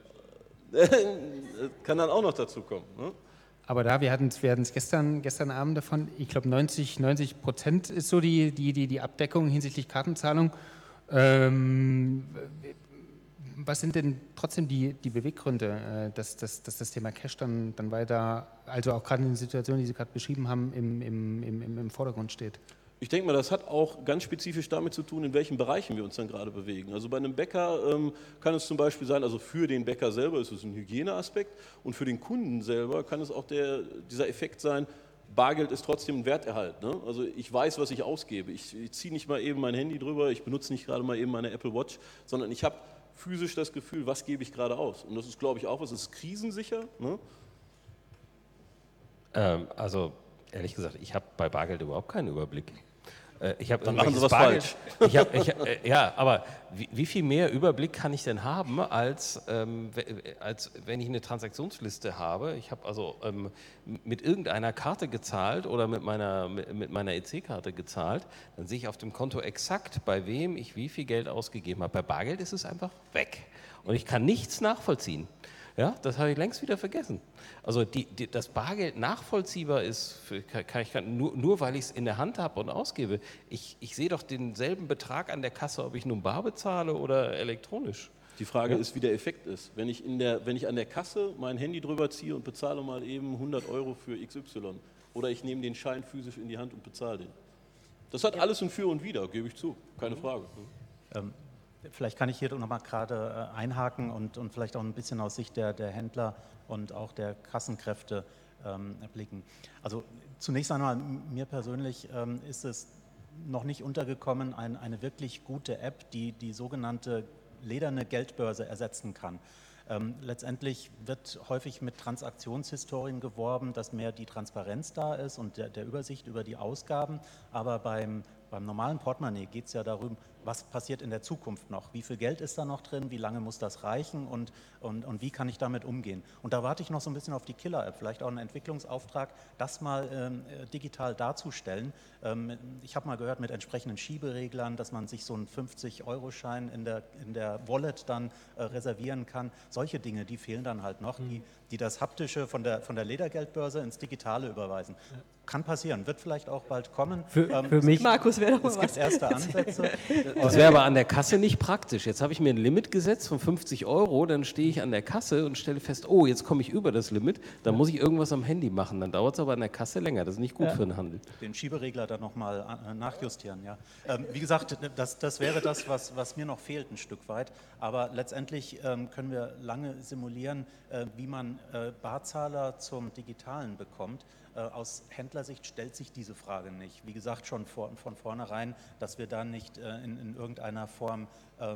S4: Kann dann auch noch dazu kommen. Ne?
S5: Aber wir hatten es gestern Abend davon, ich glaube 90% ist so die Abdeckung hinsichtlich Kartenzahlung. Was sind denn trotzdem die Beweggründe, dass das Thema Cash dann weiter, also auch gerade in den Situationen, die Sie gerade beschrieben haben, im Vordergrund steht?
S4: Ich denke mal, das hat auch ganz spezifisch damit zu tun, in welchen Bereichen wir uns dann gerade bewegen. Also bei einem Bäcker kann es zum Beispiel sein, also für den Bäcker selber ist es ein Hygieneaspekt und für den Kunden selber kann es auch dieser Effekt sein, Bargeld ist trotzdem ein Werterhalt. Ne? Also ich weiß, was ich ausgebe. Ich ziehe nicht mal eben mein Handy drüber, ich benutze nicht gerade mal eben meine Apple Watch, sondern ich habe physisch das Gefühl, was gebe ich gerade aus. Und das ist, glaube ich, auch was, ist krisensicher. Ne?
S6: Also ehrlich gesagt, ich habe bei Bargeld überhaupt keinen Überblick.
S4: Dann machen Sie was falsch.
S6: Ja, aber wie viel mehr Überblick kann ich denn haben, als wenn ich eine Transaktionsliste habe? Ich habe also mit irgendeiner Karte gezahlt oder mit meiner EC-Karte gezahlt, dann sehe ich auf dem Konto exakt, bei wem ich wie viel Geld ausgegeben habe. Bei Bargeld ist es einfach weg und ich kann nichts nachvollziehen. Ja, das habe ich längst wieder vergessen. Also das Bargeld nachvollziehbar ist, nur weil ich es in der Hand habe und ausgebe. Ich sehe doch denselben Betrag an der Kasse, ob ich nun bar bezahle oder elektronisch.
S4: Die Frage ist, wie der Effekt ist. Wenn ich an der Kasse mein Handy drüber ziehe und bezahle mal eben 100 € für XY oder ich nehme den Schein physisch in die Hand und bezahle den. Das hat alles ein Für und Wider, gebe ich zu, keine Frage.
S3: Vielleicht kann ich hier nochmal gerade einhaken und vielleicht auch ein bisschen aus Sicht der Händler und auch der Kassenkräfte blicken. Also zunächst einmal, mir persönlich ist es noch nicht untergekommen, eine wirklich gute App, die sogenannte lederne Geldbörse ersetzen kann. Letztendlich wird häufig mit Transaktionshistorien geworben, dass mehr die Transparenz da ist und der Übersicht über die Ausgaben, aber beim normalen Portemonnaie geht es ja darum, was passiert in der Zukunft noch? Wie viel Geld ist da noch drin? Wie lange muss das reichen? Und wie kann ich damit umgehen? Und da warte ich noch so ein bisschen auf die Killer-App, vielleicht auch einen Entwicklungsauftrag, das mal digital darzustellen. Ich habe mal gehört mit entsprechenden Schiebereglern, dass man sich so einen 50-Euro-Schein in der Wallet dann reservieren kann. Solche Dinge, die fehlen dann halt noch, die das Haptische von der Ledergeldbörse ins Digitale überweisen. Kann passieren, wird vielleicht auch bald kommen.
S1: Für mich,
S2: Markus, wäre doch mal
S3: Es gibt
S2: was.
S3: erste Ansätze.
S6: Das wäre aber an der Kasse nicht praktisch. Jetzt habe ich mir ein Limit gesetzt von 50 Euro, dann stehe ich an der Kasse und stelle fest, oh, jetzt komme ich über das Limit, dann muss ich irgendwas am Handy machen. Dann dauert es aber an der Kasse länger. Das ist nicht gut für den Handel.
S3: Den Schieberegler dann nochmal nachjustieren. Ja. Wie gesagt, das wäre das, was mir noch fehlt ein Stück weit. Aber letztendlich können wir lange simulieren, wie man Barzahler zum Digitalen bekommt. Aus Händlersicht stellt sich diese Frage nicht. Wie gesagt, schon von vornherein, dass wir da nicht in irgendeiner Form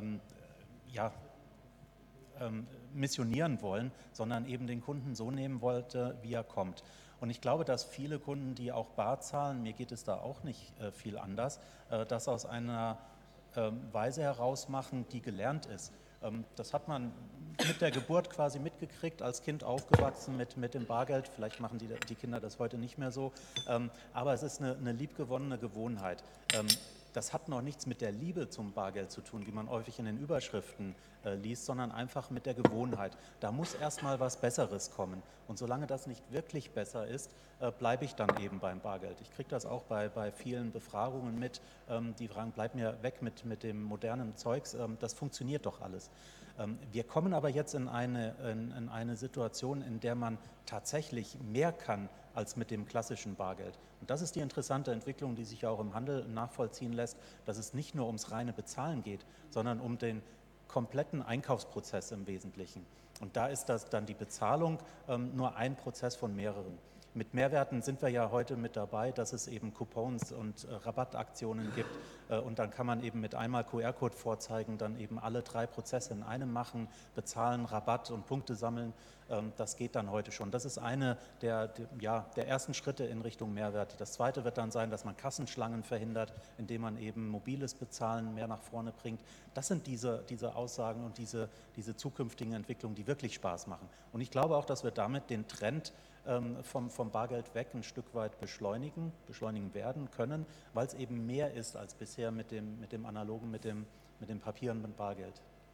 S3: missionieren wollen, sondern eben den Kunden so nehmen wollte, wie er kommt. Und ich glaube, dass viele Kunden, die auch bar zahlen, mir geht es da auch nicht viel anders, das aus einer Weise heraus machen, die gelernt ist. Das hat man mit der Geburt quasi mitgekriegt, als Kind aufgewachsen mit dem Bargeld. Vielleicht machen die Kinder das heute nicht mehr so, aber es ist eine liebgewonnene Gewohnheit. Das hat noch nichts mit der Liebe zum Bargeld zu tun, wie man häufig in den Überschriften liest, sondern einfach mit der Gewohnheit. Da muss erstmal was Besseres kommen. Und solange das nicht wirklich besser ist, bleibe ich dann eben beim Bargeld. Ich kriege das auch bei vielen Befragungen mit, die fragen, bleib mir weg mit dem modernen Zeugs, das funktioniert doch alles. Wir kommen aber jetzt in eine Situation, in der man tatsächlich mehr kann als mit dem klassischen Bargeld. Und das ist die interessante Entwicklung, die sich ja auch im Handel nachvollziehen lässt, dass es nicht nur ums reine Bezahlen geht, sondern um den kompletten Einkaufsprozess im Wesentlichen. Und da ist das dann die Bezahlung nur ein Prozess von mehreren. Mit Mehrwerten sind wir ja heute mit dabei, dass es eben Coupons und Rabattaktionen gibt und dann kann man eben mit einmal QR-Code vorzeigen, dann eben alle 3 Prozesse in einem machen, bezahlen, Rabatt und Punkte sammeln. Das geht dann heute schon. Das ist eine der ersten Schritte in Richtung Mehrwert. Das zweite wird dann sein, dass man Kassenschlangen verhindert, indem man eben mobiles Bezahlen mehr nach vorne bringt. Das sind diese Aussagen und diese zukünftigen Entwicklungen, die wirklich Spaß machen. Und ich glaube auch, dass wir damit den Trend vom Bargeld weg ein Stück weit beschleunigen werden können, weil es eben mehr ist als bisher mit dem Analogen, mit dem Papier und mit Bargeld.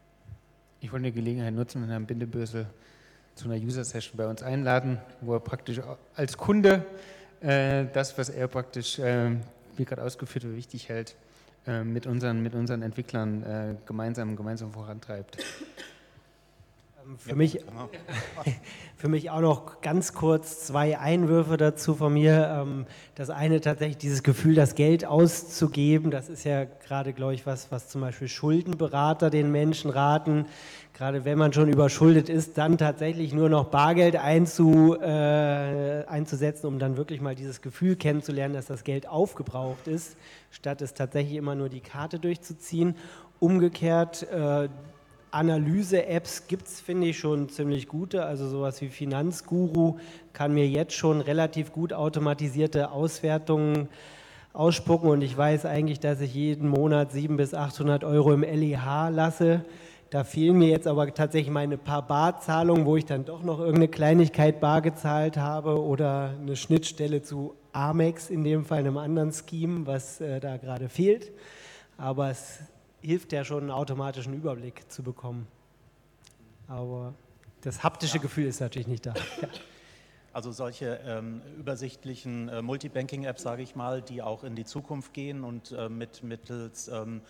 S5: Ich wollte die Gelegenheit nutzen und Herrn Bindebösel zu einer User-Session bei uns einladen, wo er praktisch als Kunde das, was er praktisch, wie gerade ausgeführt wird, wichtig hält, mit unseren Entwicklern gemeinsam vorantreibt.
S1: Für mich auch noch ganz kurz 2 Einwürfe dazu von mir. Das eine tatsächlich dieses Gefühl, das Geld auszugeben, das ist ja gerade, glaube ich, was zum Beispiel Schuldenberater den Menschen raten, gerade wenn man schon überschuldet ist, dann tatsächlich nur noch Bargeld einzusetzen, um dann wirklich mal dieses Gefühl kennenzulernen, dass das Geld aufgebraucht ist, statt es tatsächlich immer nur die Karte durchzuziehen. Umgekehrt, Analyse-Apps gibt es, finde ich, schon ziemlich gute, also sowas wie Finanzguru kann mir jetzt schon relativ gut automatisierte Auswertungen ausspucken und ich weiß eigentlich, dass ich jeden Monat 700 bis 800 Euro im LEH lasse. Da fehlen mir jetzt aber tatsächlich meine paar Barzahlungen, wo ich dann doch noch irgendeine Kleinigkeit bar gezahlt habe oder eine Schnittstelle zu Amex, in dem Fall einem anderen Scheme, was da gerade fehlt. Aber es hilft ja schon, einen automatischen Überblick zu bekommen. Aber das haptische Gefühl ist natürlich nicht da. Ja.
S3: Also solche übersichtlichen Multibanking-Apps, sage ich mal, die auch in die Zukunft gehen und mittels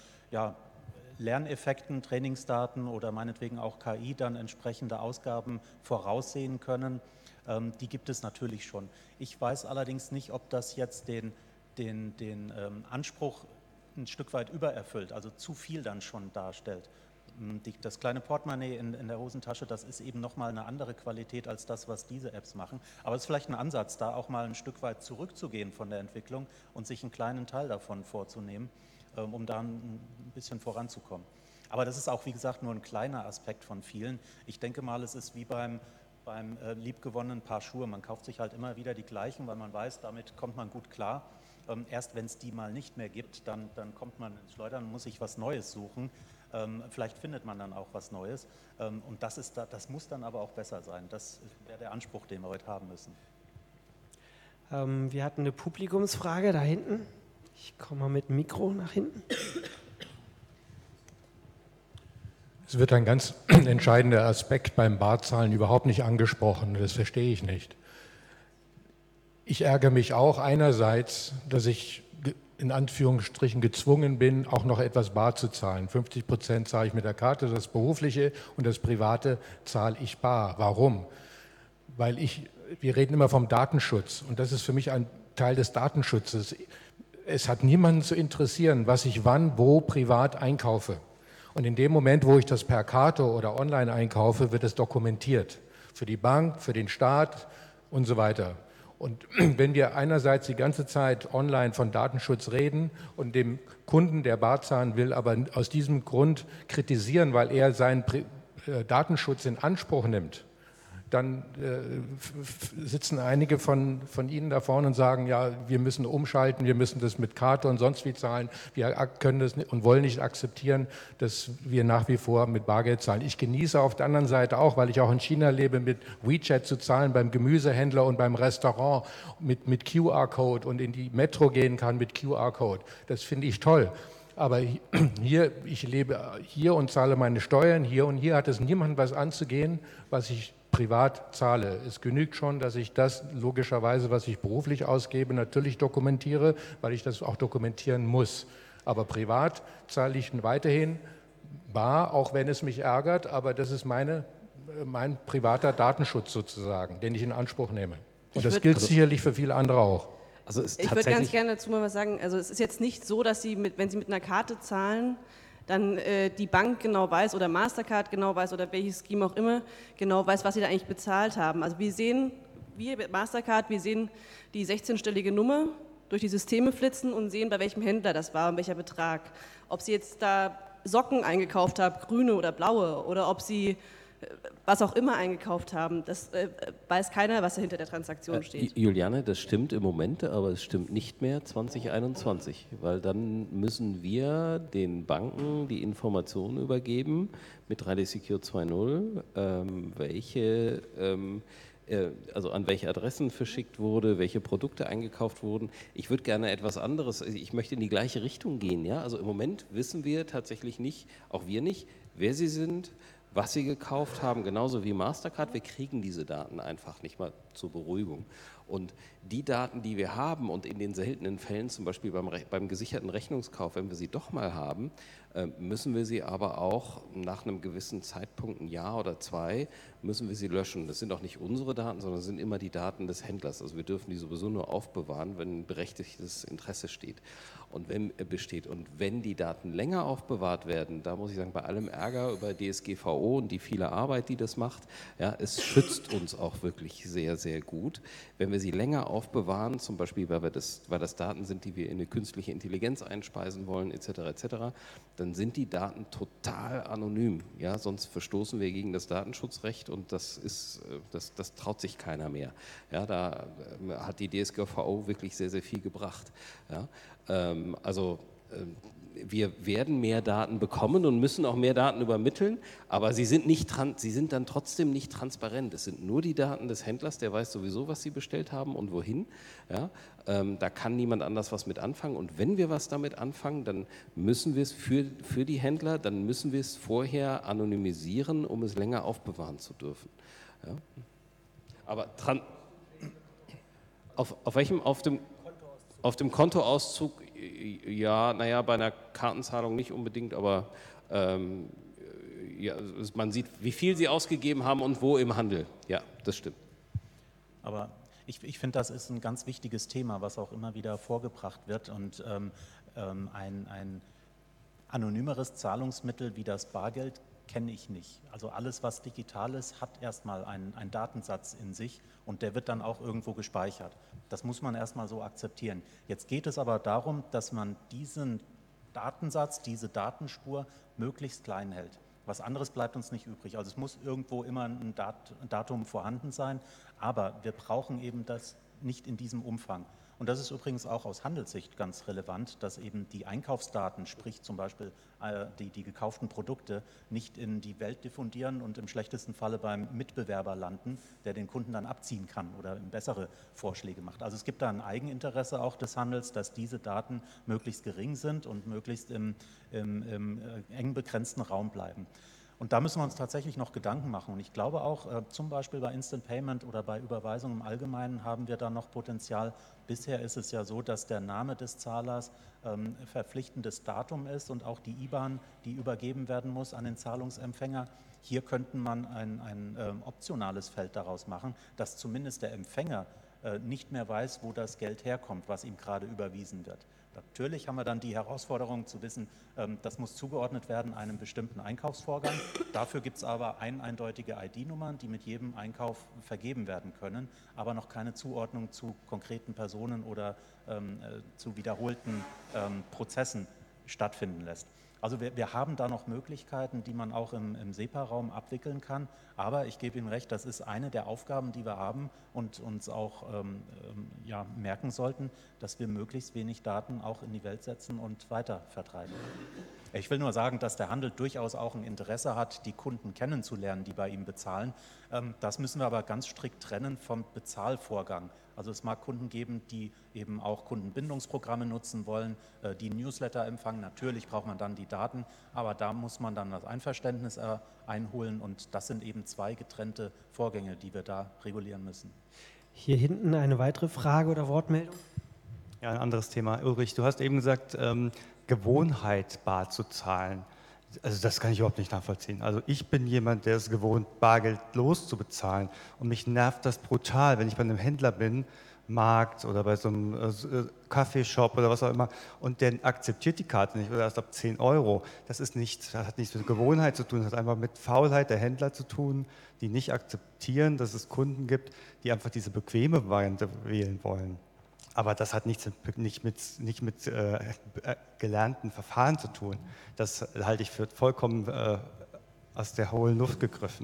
S3: Lerneffekten, Trainingsdaten oder meinetwegen auch KI dann entsprechende Ausgaben voraussehen können, die gibt es natürlich schon. Ich weiß allerdings nicht, ob das jetzt den Anspruch ein Stück weit übererfüllt, also zu viel dann schon darstellt. Das kleine Portemonnaie in der Hosentasche, das ist eben nochmal eine andere Qualität als das, was diese Apps machen. Aber es ist vielleicht ein Ansatz, da auch mal ein Stück weit zurückzugehen von der Entwicklung und sich einen kleinen Teil davon vorzunehmen, um da ein bisschen voranzukommen. Aber das ist auch, wie gesagt, nur ein kleiner Aspekt von vielen. Ich denke mal, es ist wie beim liebgewonnenen Paar Schuhe. Man kauft sich halt immer wieder die gleichen, weil man weiß, damit kommt man gut klar. Erst wenn es die mal nicht mehr gibt, dann kommt man ins Schleudern und muss sich was Neues suchen. Vielleicht findet man dann auch was Neues. Und das muss dann aber auch besser sein. Das wäre der Anspruch, den wir heute haben müssen.
S1: Wir hatten eine Publikumsfrage da hinten. Ich komme mal mit dem Mikro nach hinten.
S8: Es wird ein ganz entscheidender Aspekt beim Barzahlen überhaupt nicht angesprochen. Das verstehe ich nicht. Ich ärgere mich auch einerseits, dass ich in Anführungsstrichen gezwungen bin, auch noch etwas bar zu zahlen. 50% zahle ich mit der Karte, das Berufliche, und das Private zahle ich bar. Warum? Weil wir reden immer vom Datenschutz, und das ist für mich ein Teil des Datenschutzes. Es hat niemanden zu interessieren, was ich wann, wo privat einkaufe. Und in dem Moment, wo ich das per Karte oder online einkaufe, wird es dokumentiert. Für die Bank, für den Staat und so weiter. Und wenn wir einerseits die ganze Zeit online von Datenschutz reden und dem Kunden, der bar zahlen will, aber aus diesem Grund kritisieren, weil er seinen Datenschutz in Anspruch nimmt, dann sitzen einige von Ihnen da vorne und sagen, ja, wir müssen umschalten, wir müssen das mit Karte und sonst wie zahlen, wir können das und wollen nicht akzeptieren, dass wir nach wie vor mit Bargeld zahlen. Ich genieße auf der anderen Seite auch, weil ich auch in China lebe, mit WeChat zu zahlen, beim Gemüsehändler und beim Restaurant mit QR-Code und in die Metro gehen kann mit QR-Code. Das finde ich toll. Aber hier, ich lebe hier und zahle meine Steuern hier, und hier hat es niemandem was anzugehen, was ich privat zahle. Es genügt schon, dass ich das logischerweise, was ich beruflich ausgebe, natürlich dokumentiere, weil ich das auch dokumentieren muss. Aber privat zahle ich weiterhin bar, auch wenn es mich ärgert, aber das ist mein privater Datenschutz sozusagen, den ich in Anspruch nehme. Und das gilt sicherlich für viele andere auch.
S2: Also ich würde ganz gerne dazu mal was sagen. Also es ist jetzt nicht so, dass Sie, wenn Sie mit einer Karte zahlen, dann die Bank genau weiß oder Mastercard genau weiß oder welches Scheme auch immer genau weiß, was Sie da eigentlich bezahlt haben. Also wir mit Mastercard, wir sehen die 16-stellige Nummer durch die Systeme flitzen und sehen, bei welchem Händler das war und welcher Betrag. Ob Sie jetzt da Socken eingekauft haben, grüne oder blaue, oder ob Sie was auch immer eingekauft haben, das weiß keiner, was hinter der Transaktion steht.
S6: Juliane, das stimmt im Moment, aber es stimmt nicht mehr 2021, weil dann müssen wir den Banken die Informationen übergeben mit 3D Secure 2.0, also an welche Adressen verschickt wurde, welche Produkte eingekauft wurden. Ich würde gerne etwas anderes, ich möchte in die gleiche Richtung gehen. Ja? Also im Moment wissen wir tatsächlich nicht, auch wir nicht, wer Sie sind, was Sie gekauft haben, genauso wie Mastercard. Wir kriegen diese Daten einfach nicht mal zur Beruhigung. Und die Daten, die wir haben, und in den seltenen Fällen, zum Beispiel beim gesicherten Rechnungskauf, wenn wir sie doch mal haben, müssen wir sie aber auch nach einem gewissen Zeitpunkt, ein Jahr oder zwei, müssen wir sie löschen. Das sind auch nicht unsere Daten, sondern sind immer die Daten des Händlers. Also wir dürfen die sowieso nur aufbewahren, wenn ein berechtigtes Interesse besteht. Und wenn die Daten länger aufbewahrt werden, da muss ich sagen, bei allem Ärger über DSGVO und die viele Arbeit, die das macht, ja, es schützt uns auch wirklich sehr, sehr gut. Wenn wir sie länger aufbewahren, zum Beispiel, weil das Daten sind, die wir in eine künstliche Intelligenz einspeisen wollen, etc., dann sind die Daten total anonym. Ja? Sonst verstoßen wir gegen das Datenschutzrecht, und das traut sich keiner mehr. Ja? Da hat die DSGVO wirklich sehr, sehr viel gebracht. Ja? Wir werden mehr Daten bekommen und müssen auch mehr Daten übermitteln, aber sie sind dann trotzdem nicht transparent. Es sind nur die Daten des Händlers, der weiß sowieso, was sie bestellt haben und wohin. Ja? Da kann niemand anders was mit anfangen, und wenn wir was damit anfangen, dann müssen wir es für die Händler, dann müssen wir es vorher anonymisieren, um es länger aufbewahren zu dürfen. Ja? Aber auf dem Kontoauszug, ja, naja, bei einer Kartenzahlung nicht unbedingt, aber ja, man sieht, wie viel sie ausgegeben haben und wo im Handel. Ja, das stimmt.
S3: Aber ich finde, das ist ein ganz wichtiges Thema, was auch immer wieder vorgebracht wird, und ein anonymeres Zahlungsmittel wie das Bargeld kenne ich nicht. Also alles, was digital ist, hat erstmal einen Datensatz in sich, und der wird dann auch irgendwo gespeichert. Das muss man erstmal so akzeptieren. Jetzt geht es aber darum, dass man diesen Datensatz, diese Datenspur möglichst klein hält. Was anderes bleibt uns nicht übrig. Also es muss irgendwo immer ein Datum vorhanden sein, aber wir brauchen eben das nicht in diesem Umfang. Und das ist übrigens auch aus Handelssicht ganz relevant, dass eben die Einkaufsdaten, sprich zum Beispiel die gekauften Produkte, nicht in die Welt diffundieren und im schlechtesten Falle beim Mitbewerber landen, der den Kunden dann abziehen kann oder bessere Vorschläge macht. Also es gibt da ein Eigeninteresse auch des Handels, dass diese Daten möglichst gering sind und möglichst im eng begrenzten Raum bleiben. Und da müssen wir uns tatsächlich noch Gedanken machen. Und ich glaube auch, zum Beispiel bei Instant Payment oder bei Überweisung im Allgemeinen haben wir da noch Potenzial. Bisher ist es ja so, dass der Name des Zahlers verpflichtendes Datum ist und auch die IBAN, die übergeben werden muss an den Zahlungsempfänger. Hier könnte man ein optionales Feld daraus machen, dass zumindest der Empfänger nicht mehr weiß, wo das Geld herkommt, was ihm gerade überwiesen wird. Natürlich haben wir dann die Herausforderung zu wissen, das muss zugeordnet werden einem bestimmten Einkaufsvorgang. Dafür gibt es aber eindeutige ID-Nummern, die mit jedem Einkauf vergeben werden können, aber noch keine Zuordnung zu konkreten Personen oder zu wiederholten Prozessen stattfinden lässt. Also wir haben da noch Möglichkeiten, die man auch im SEPA-Raum abwickeln kann. Aber ich gebe Ihnen recht, das ist eine der Aufgaben, die wir haben und uns auch merken sollten, dass wir möglichst wenig Daten auch in die Welt setzen und weiter vertreiben. Ich will nur sagen, dass der Handel durchaus auch ein Interesse hat, die Kunden kennenzulernen, die bei ihm bezahlen. Das müssen wir aber ganz strikt trennen vom Bezahlvorgang. Also es mag Kunden geben, die eben auch Kundenbindungsprogramme nutzen wollen, die Newsletter empfangen. Natürlich braucht man dann die Daten, aber da muss man dann das Einverständnis einholen und das sind eben zwei getrennte Vorgänge, die wir da regulieren müssen.
S1: Hier hinten eine weitere Frage oder Wortmeldung?
S9: Ja, ein anderes Thema. Ulrich, du hast eben gesagt, Gewohnheit, bar zu zahlen. Also das kann ich überhaupt nicht nachvollziehen. Also ich bin jemand, der es gewohnt, bargeldlos zu bezahlen. Und mich nervt das brutal, wenn ich bei einem Händler bin, Markt oder bei so einem Kaffeeshop oder was auch immer, und der akzeptiert die Karte nicht oder erst ab 10 Euro. Das hat nichts mit Gewohnheit zu tun, das hat einfach mit Faulheit der Händler zu tun, die nicht akzeptieren, dass es Kunden gibt, die einfach diese bequeme Variante wählen wollen. Aber das hat nicht mit gelernten Verfahren zu tun. Das halte ich für vollkommen aus der hohlen Luft gegriffen.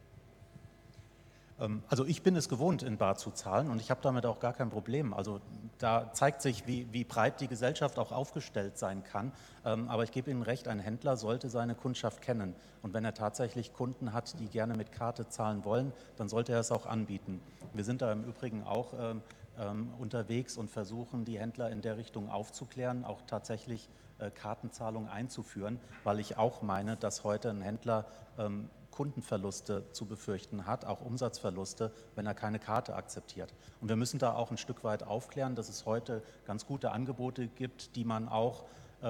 S3: Also ich bin es gewohnt, in bar zu zahlen und ich habe damit auch gar kein Problem. Also da zeigt sich, wie breit die Gesellschaft auch aufgestellt sein kann. Aber ich gebe Ihnen recht, ein Händler sollte seine Kundschaft kennen. Und wenn er tatsächlich Kunden hat, die gerne mit Karte zahlen wollen, dann sollte er es auch anbieten. Wir sind da im Übrigen auch unterwegs und versuchen, die Händler in der Richtung aufzuklären, auch tatsächlich Kartenzahlung einzuführen, weil ich auch meine, dass heute ein Händler Kundenverluste zu befürchten hat, auch Umsatzverluste, wenn er keine Karte akzeptiert. Und wir müssen da auch ein Stück weit aufklären, dass es heute ganz gute Angebote gibt, die man auch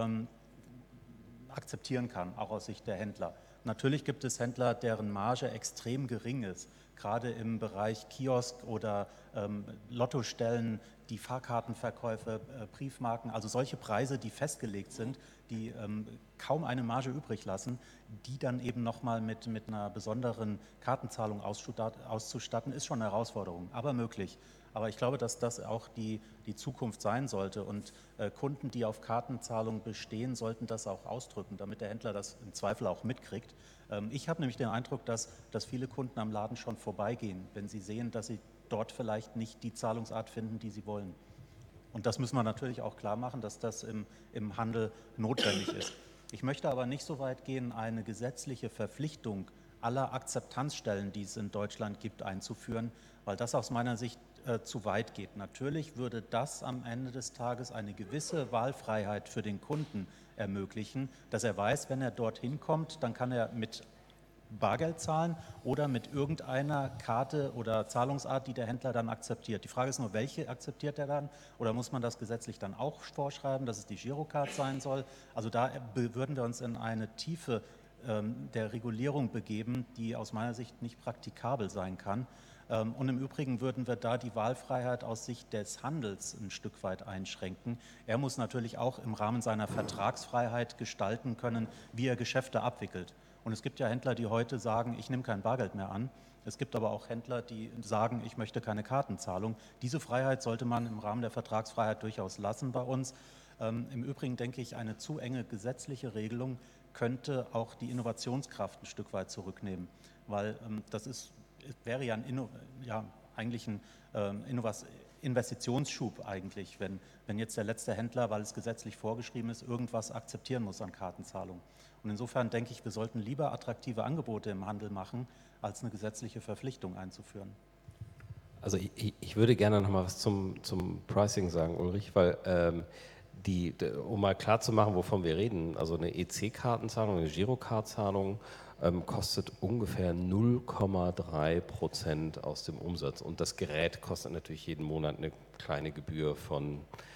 S3: akzeptieren kann, auch aus Sicht der Händler. Natürlich gibt es Händler, deren Marge extrem gering ist, gerade im Bereich Kiosk oder Lottostellen, die Fahrkartenverkäufe, Briefmarken, also solche Preise, die festgelegt sind, die kaum eine Marge übrig lassen, die dann eben nochmal mit einer besonderen Kartenzahlung auszustatten, ist schon eine Herausforderung, aber möglich. Aber ich glaube, dass das auch die Zukunft sein sollte und Kunden, die auf Kartenzahlung bestehen, sollten das auch ausdrücken, damit der Händler das im Zweifel auch mitkriegt. Ich habe nämlich den Eindruck, dass viele Kunden am Laden schon vorbeigehen, wenn sie sehen, dass sie dort vielleicht nicht die Zahlungsart finden, die sie wollen. Und das müssen wir natürlich auch klar machen, dass das im Handel notwendig ist. Ich möchte aber nicht so weit gehen, eine gesetzliche Verpflichtung aller Akzeptanzstellen, die es in Deutschland gibt, einzuführen, weil das aus meiner Sicht zu weit geht. Natürlich würde das am Ende des Tages eine gewisse Wahlfreiheit für den Kunden ermöglichen, dass er weiß, wenn er dorthin kommt, dann kann er mit Bargeld zahlen oder mit irgendeiner Karte oder Zahlungsart, die der Händler dann akzeptiert. Die Frage ist nur, welche akzeptiert er dann oder muss man das gesetzlich dann auch vorschreiben, dass es die Girocard sein soll? Also da würden wir uns in eine Tiefe der Regulierung begeben, die aus meiner Sicht nicht praktikabel sein kann. Und im Übrigen würden wir da die Wahlfreiheit aus Sicht des Handels ein Stück weit einschränken. Er muss natürlich auch im Rahmen seiner Vertragsfreiheit gestalten können, wie er Geschäfte abwickelt. Und es gibt ja Händler, die heute sagen, ich nehme kein Bargeld mehr an. Es gibt aber auch Händler, die sagen, ich möchte keine Kartenzahlung. Diese Freiheit sollte man im Rahmen der Vertragsfreiheit durchaus lassen bei uns. Im Übrigen denke ich, eine zu enge gesetzliche Regelung könnte auch die Innovationskraft ein Stück weit zurücknehmen, weil das wäre ja eigentlich ein Investitionsschub eigentlich, wenn jetzt der letzte Händler, weil es gesetzlich vorgeschrieben ist, irgendwas akzeptieren muss an Kartenzahlung. Und insofern denke ich, wir sollten lieber attraktive Angebote im Handel machen, als eine gesetzliche Verpflichtung einzuführen.
S6: Also ich würde gerne noch mal was zum Pricing sagen, Ulrich, weil um mal klar zu machen, wovon wir reden, also eine EC-Kartenzahlung, eine Girocard-Zahlung kostet ungefähr 0,3% aus dem Umsatz und das Gerät kostet natürlich jeden Monat eine kleine Gebühr von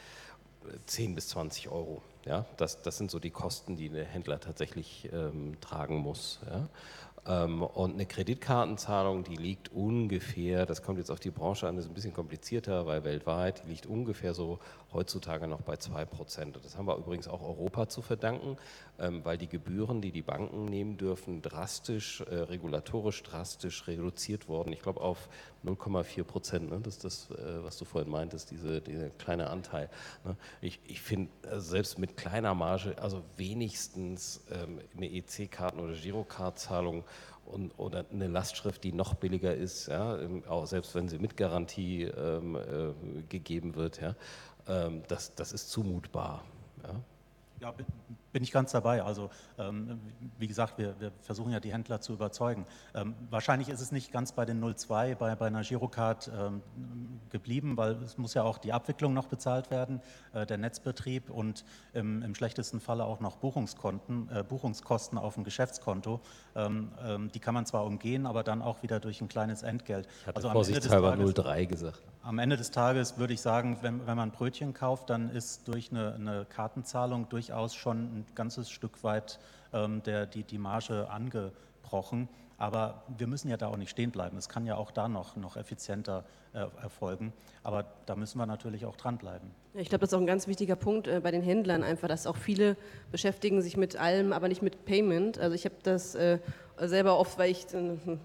S6: 10 bis 20 Euro. Ja? Das sind so die Kosten, die der Händler tatsächlich tragen muss. Ja? Und eine Kreditkartenzahlung, die liegt ungefähr, das kommt jetzt auf die Branche an, das ist ein bisschen komplizierter, weil weltweit, die liegt ungefähr so heutzutage noch bei 2%. Und das haben wir übrigens auch Europa zu verdanken, weil die Gebühren, die die Banken nehmen dürfen, regulatorisch drastisch reduziert worden. Ich glaube auf 0,4%, ne? Das ist das, was du vorhin meintest, dieser kleine Anteil. Ne? Ich finde, selbst mit kleiner Marge, also wenigstens eine EC-Karten- oder Girocard-Zahlung oder eine Lastschrift, die noch billiger ist, ja, auch selbst wenn sie mit Garantie gegeben wird, ja, das ist zumutbar. Ja.
S3: Ja, bin ich ganz dabei. Also wie gesagt, wir versuchen ja die Händler zu überzeugen. Wahrscheinlich ist es nicht ganz bei den 0,2 bei einer Girocard geblieben, weil es muss ja auch die Abwicklung noch bezahlt werden, der Netzbetrieb und im schlechtesten Falle auch noch Buchungskosten auf dem Geschäftskonto. Die kann man zwar umgehen, aber dann auch wieder durch ein kleines Entgelt.
S6: Ich hatte vorsichtshalber 0,3 gesagt.
S3: Am Ende des Tages würde ich sagen, wenn man Brötchen kauft, dann ist durch eine Kartenzahlung durchaus schon ein ganzes Stück weit die Marge angebrochen. Aber wir müssen ja da auch nicht stehen bleiben. Es kann ja auch da noch effizienter erfolgen. Aber da müssen wir natürlich auch dranbleiben.
S2: Ja, ich glaube, das ist auch ein ganz wichtiger Punkt bei den Händlern einfach, dass auch viele beschäftigen sich mit allem, aber nicht mit Payment. Also ich habe das selber oft, weil ich,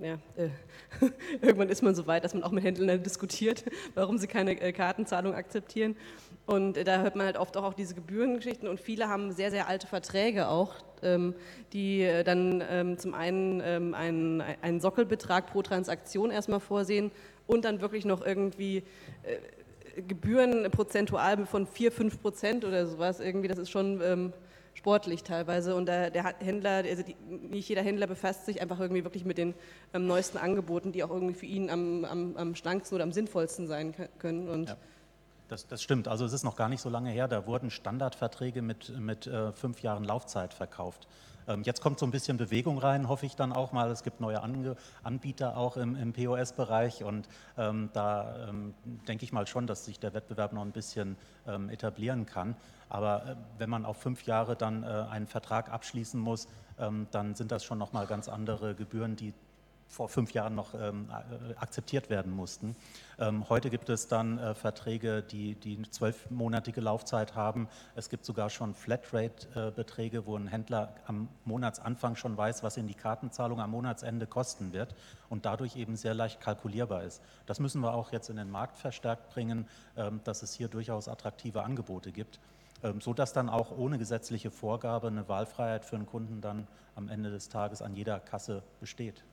S2: irgendwann ist man so weit, dass man auch mit Händlern diskutiert, warum sie keine Kartenzahlung akzeptieren. Und da hört man halt oft auch diese Gebührengeschichten und viele haben sehr, sehr alte Verträge auch, die dann zum einen einen Sockelbetrag pro Transaktion erstmal vorsehen und dann wirklich noch irgendwie Gebühren prozentual von 4-5% oder sowas. Irgendwie, das ist schon sportlich teilweise und der Händler, also nicht jeder Händler befasst sich einfach irgendwie wirklich mit den neuesten Angeboten, die auch irgendwie für ihn am schlanksten oder am sinnvollsten sein können. Und
S3: ja. Das stimmt, also es ist noch gar nicht so lange her, da wurden Standardverträge mit 5 Jahren Laufzeit verkauft. Jetzt kommt so ein bisschen Bewegung rein, hoffe ich dann auch mal. Es gibt neue Anbieter auch im POS-Bereich und da denke ich mal schon, dass sich der Wettbewerb noch ein bisschen etablieren kann. Aber wenn man auf 5 Jahre dann einen Vertrag abschließen muss, dann sind das schon nochmal ganz andere Gebühren, die vor 5 Jahren noch akzeptiert werden mussten. Heute gibt es dann Verträge, die 12-monatige Laufzeit haben. Es gibt sogar schon Flatrate-Beträge, wo ein Händler am Monatsanfang schon weiß, was ihn die Kartenzahlung am Monatsende kosten wird und dadurch eben sehr leicht kalkulierbar ist. Das müssen wir auch jetzt in den Markt verstärkt bringen, dass es hier durchaus attraktive Angebote gibt, sodass dann auch ohne gesetzliche Vorgabe eine Wahlfreiheit für den Kunden dann am Ende des Tages an jeder Kasse besteht.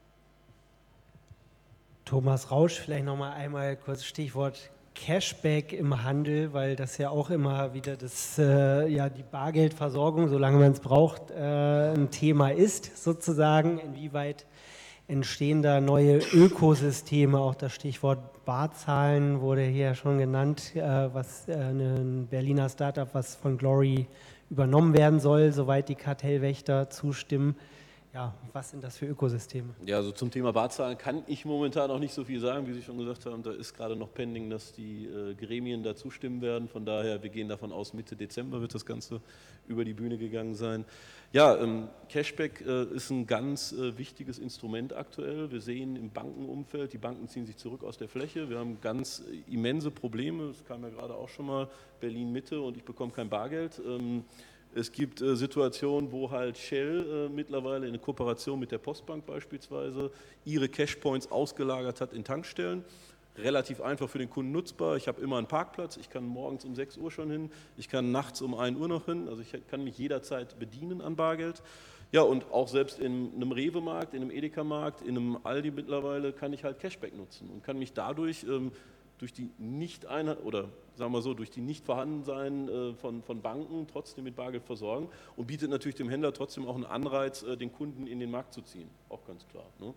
S1: Thomas Rausch, vielleicht noch mal einmal kurz Stichwort Cashback im Handel, weil das ja auch immer wieder die Bargeldversorgung, solange man es braucht, ein Thema ist sozusagen. Inwieweit entstehen da neue Ökosysteme? Auch das Stichwort Barzahlen wurde hier schon genannt, was ein Berliner Startup, was von Glory übernommen werden soll, soweit die Kartellwächter zustimmen. Ja, was sind das für Ökosysteme?
S4: Ja, also zum Thema Barzahlen kann ich momentan noch nicht so viel sagen, wie Sie schon gesagt haben. Da ist gerade noch pending, dass die Gremien da zustimmen werden. Von daher, wir gehen davon aus, Mitte Dezember wird das Ganze über die Bühne gegangen sein. Ja, Cashback ist ein ganz wichtiges Instrument aktuell. Wir sehen im Bankenumfeld, die Banken ziehen sich zurück aus der Fläche. Wir haben ganz immense Probleme. Das kam ja gerade auch schon mal, Berlin-Mitte und ich bekomme kein Bargeld. Es gibt Situationen, wo halt Shell mittlerweile in Kooperation mit der Postbank beispielsweise ihre Cashpoints ausgelagert hat in Tankstellen. Relativ einfach für den Kunden nutzbar. Ich habe immer einen Parkplatz, ich kann morgens um 6 Uhr schon hin, ich kann nachts um 1 Uhr noch hin, also ich kann mich jederzeit bedienen an Bargeld. Ja, und auch selbst in einem Rewe-Markt, in einem Edeka-Markt, in einem Aldi mittlerweile kann ich halt Cashback nutzen und kann mich dadurch durch die Nicht-Einheit oder sagen wir so, durch die Nicht-Vorhandensein von Banken trotzdem mit Bargeld versorgen und bietet natürlich dem Händler trotzdem auch einen Anreiz, den Kunden in den Markt zu ziehen. Auch ganz klar. Ne?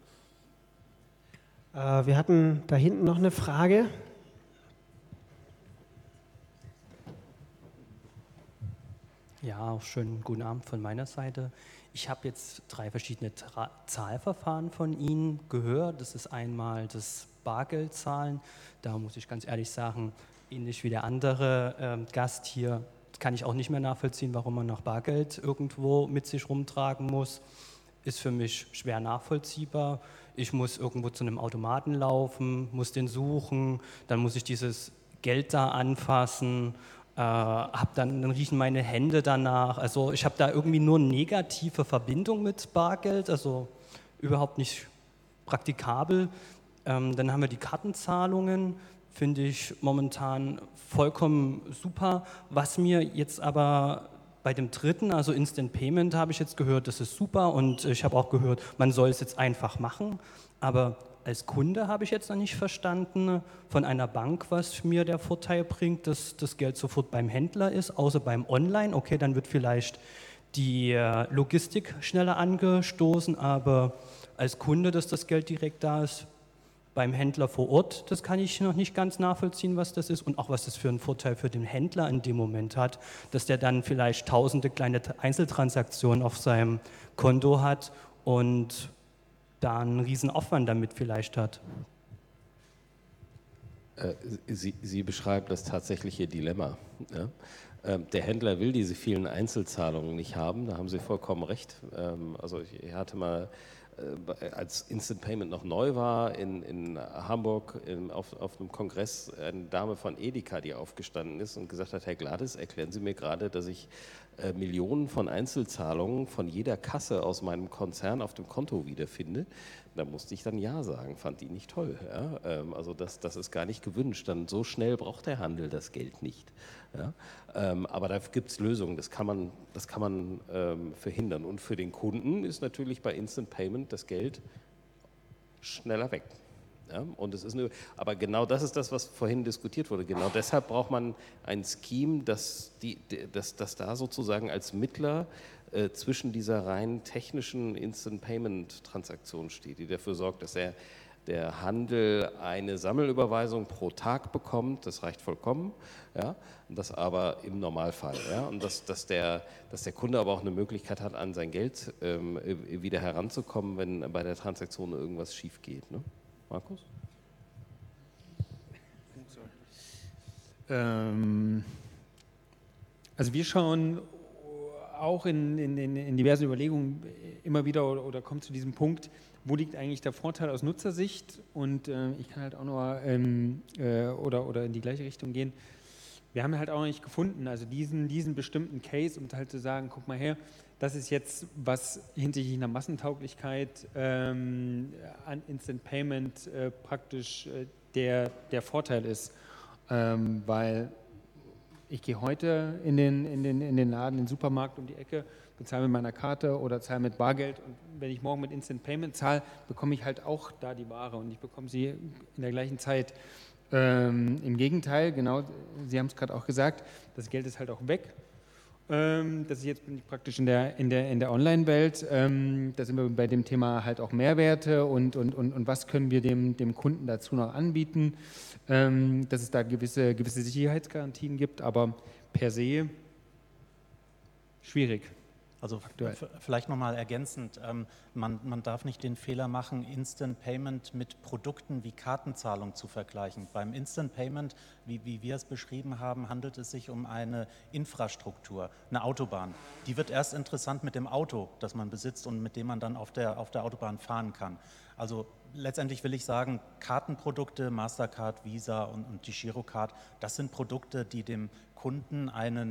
S1: Wir hatten da hinten noch eine Frage.
S10: Ja, auch schönen guten Abend von meiner Seite. Ich habe jetzt 3 verschiedene Zahlverfahren von Ihnen gehört. Das ist einmal das Bargeldzahlen. Da muss ich ganz ehrlich sagen, ähnlich wie der andere Gast hier, kann ich auch nicht mehr nachvollziehen, warum man noch Bargeld irgendwo mit sich rumtragen muss. Ist für mich schwer nachvollziehbar. Ich muss irgendwo zu einem Automaten laufen, muss den suchen, dann muss ich dieses Geld da anfassen, dann riechen meine Hände danach. Also ich habe da irgendwie nur negative Verbindung mit Bargeld, also überhaupt nicht praktikabel. Dann haben wir die Kartenzahlungen, finde ich momentan vollkommen super. Was mir jetzt aber bei dem dritten, also Instant Payment, habe ich jetzt gehört, das ist super und ich habe auch gehört, man soll es jetzt einfach machen, aber als Kunde habe ich jetzt noch nicht verstanden von einer Bank, was mir der Vorteil bringt, dass das Geld sofort beim Händler ist, außer beim Online. Okay, dann wird vielleicht die Logistik schneller angestoßen, aber als Kunde, dass das Geld direkt da ist, beim Händler vor Ort, das kann ich noch nicht ganz nachvollziehen, was das ist und auch was das für einen Vorteil für den Händler in dem Moment hat, dass der dann vielleicht tausende kleine Einzeltransaktionen auf seinem Konto hat und da einen riesen Aufwand damit vielleicht hat.
S6: Sie beschreiben das tatsächliche Dilemma. Ja? Der Händler will diese vielen Einzelzahlungen nicht haben, da haben Sie vollkommen recht. Also ich hatte mal, als Instant Payment noch neu war, in Hamburg auf einem Kongress eine Dame von Edeka, die aufgestanden ist und gesagt hat, Herr Gladys, erklären Sie mir gerade, dass ich Millionen von Einzelzahlungen von jeder Kasse aus meinem Konzern auf dem Konto wiederfinde. Da musste ich dann Ja sagen, fand die nicht toll. Ja? Also das ist gar nicht gewünscht. Dann so schnell braucht der Handel das Geld nicht. Ja? Aber da gibt es Lösungen, das kann man verhindern. Und für den Kunden ist natürlich bei Instant Payment das Geld schneller weg. Ja, und aber genau das ist das, was vorhin diskutiert wurde. Genau deshalb braucht man ein Scheme, das da sozusagen als Mittler zwischen dieser rein technischen Instant-Payment-Transaktion steht, die dafür sorgt, dass der Handel eine Sammelüberweisung pro Tag bekommt, das reicht vollkommen, ja, das aber im Normalfall. Ja, und dass der Kunde aber auch eine Möglichkeit hat, an sein Geld wieder heranzukommen, wenn bei der Transaktion irgendwas schief geht. Ne? Markus?
S5: Also wir schauen auch in diversen Überlegungen immer wieder oder kommen zu diesem Punkt, wo liegt eigentlich der Vorteil aus Nutzersicht, und ich kann halt auch nur oder in die gleiche Richtung gehen. Wir haben halt auch noch nicht gefunden, also diesen bestimmten Case, um halt zu sagen, guck mal her, das ist jetzt, was hinsichtlich einer Massentauglichkeit an Instant Payment praktisch der Vorteil ist, weil ich gehe heute in den Laden, in den Supermarkt um die Ecke, bezahle mit meiner Karte oder zahle mit Bargeld, und wenn ich morgen mit Instant Payment zahle, bekomme ich halt auch da die Ware und ich bekomme sie in der gleichen Zeit. Im Gegenteil, genau, Sie haben es gerade auch gesagt, das Geld ist halt auch weg. Das ist jetzt bin ich praktisch in der Online-Welt. Da sind wir bei dem Thema halt auch Mehrwerte und was können wir dem Kunden dazu noch anbieten, dass es da gewisse Sicherheitsgarantien gibt, aber per se schwierig.
S3: Also vielleicht nochmal ergänzend, man darf nicht den Fehler machen, Instant Payment mit Produkten wie Kartenzahlung zu vergleichen. Beim Instant Payment, wie wir es beschrieben haben, handelt es sich um eine Infrastruktur, eine Autobahn. Die wird erst interessant mit dem Auto, das man besitzt und mit dem man dann auf der Autobahn fahren kann. Also letztendlich will ich sagen, Kartenprodukte, Mastercard, Visa und die Girocard, das sind Produkte, die dem Kunden einen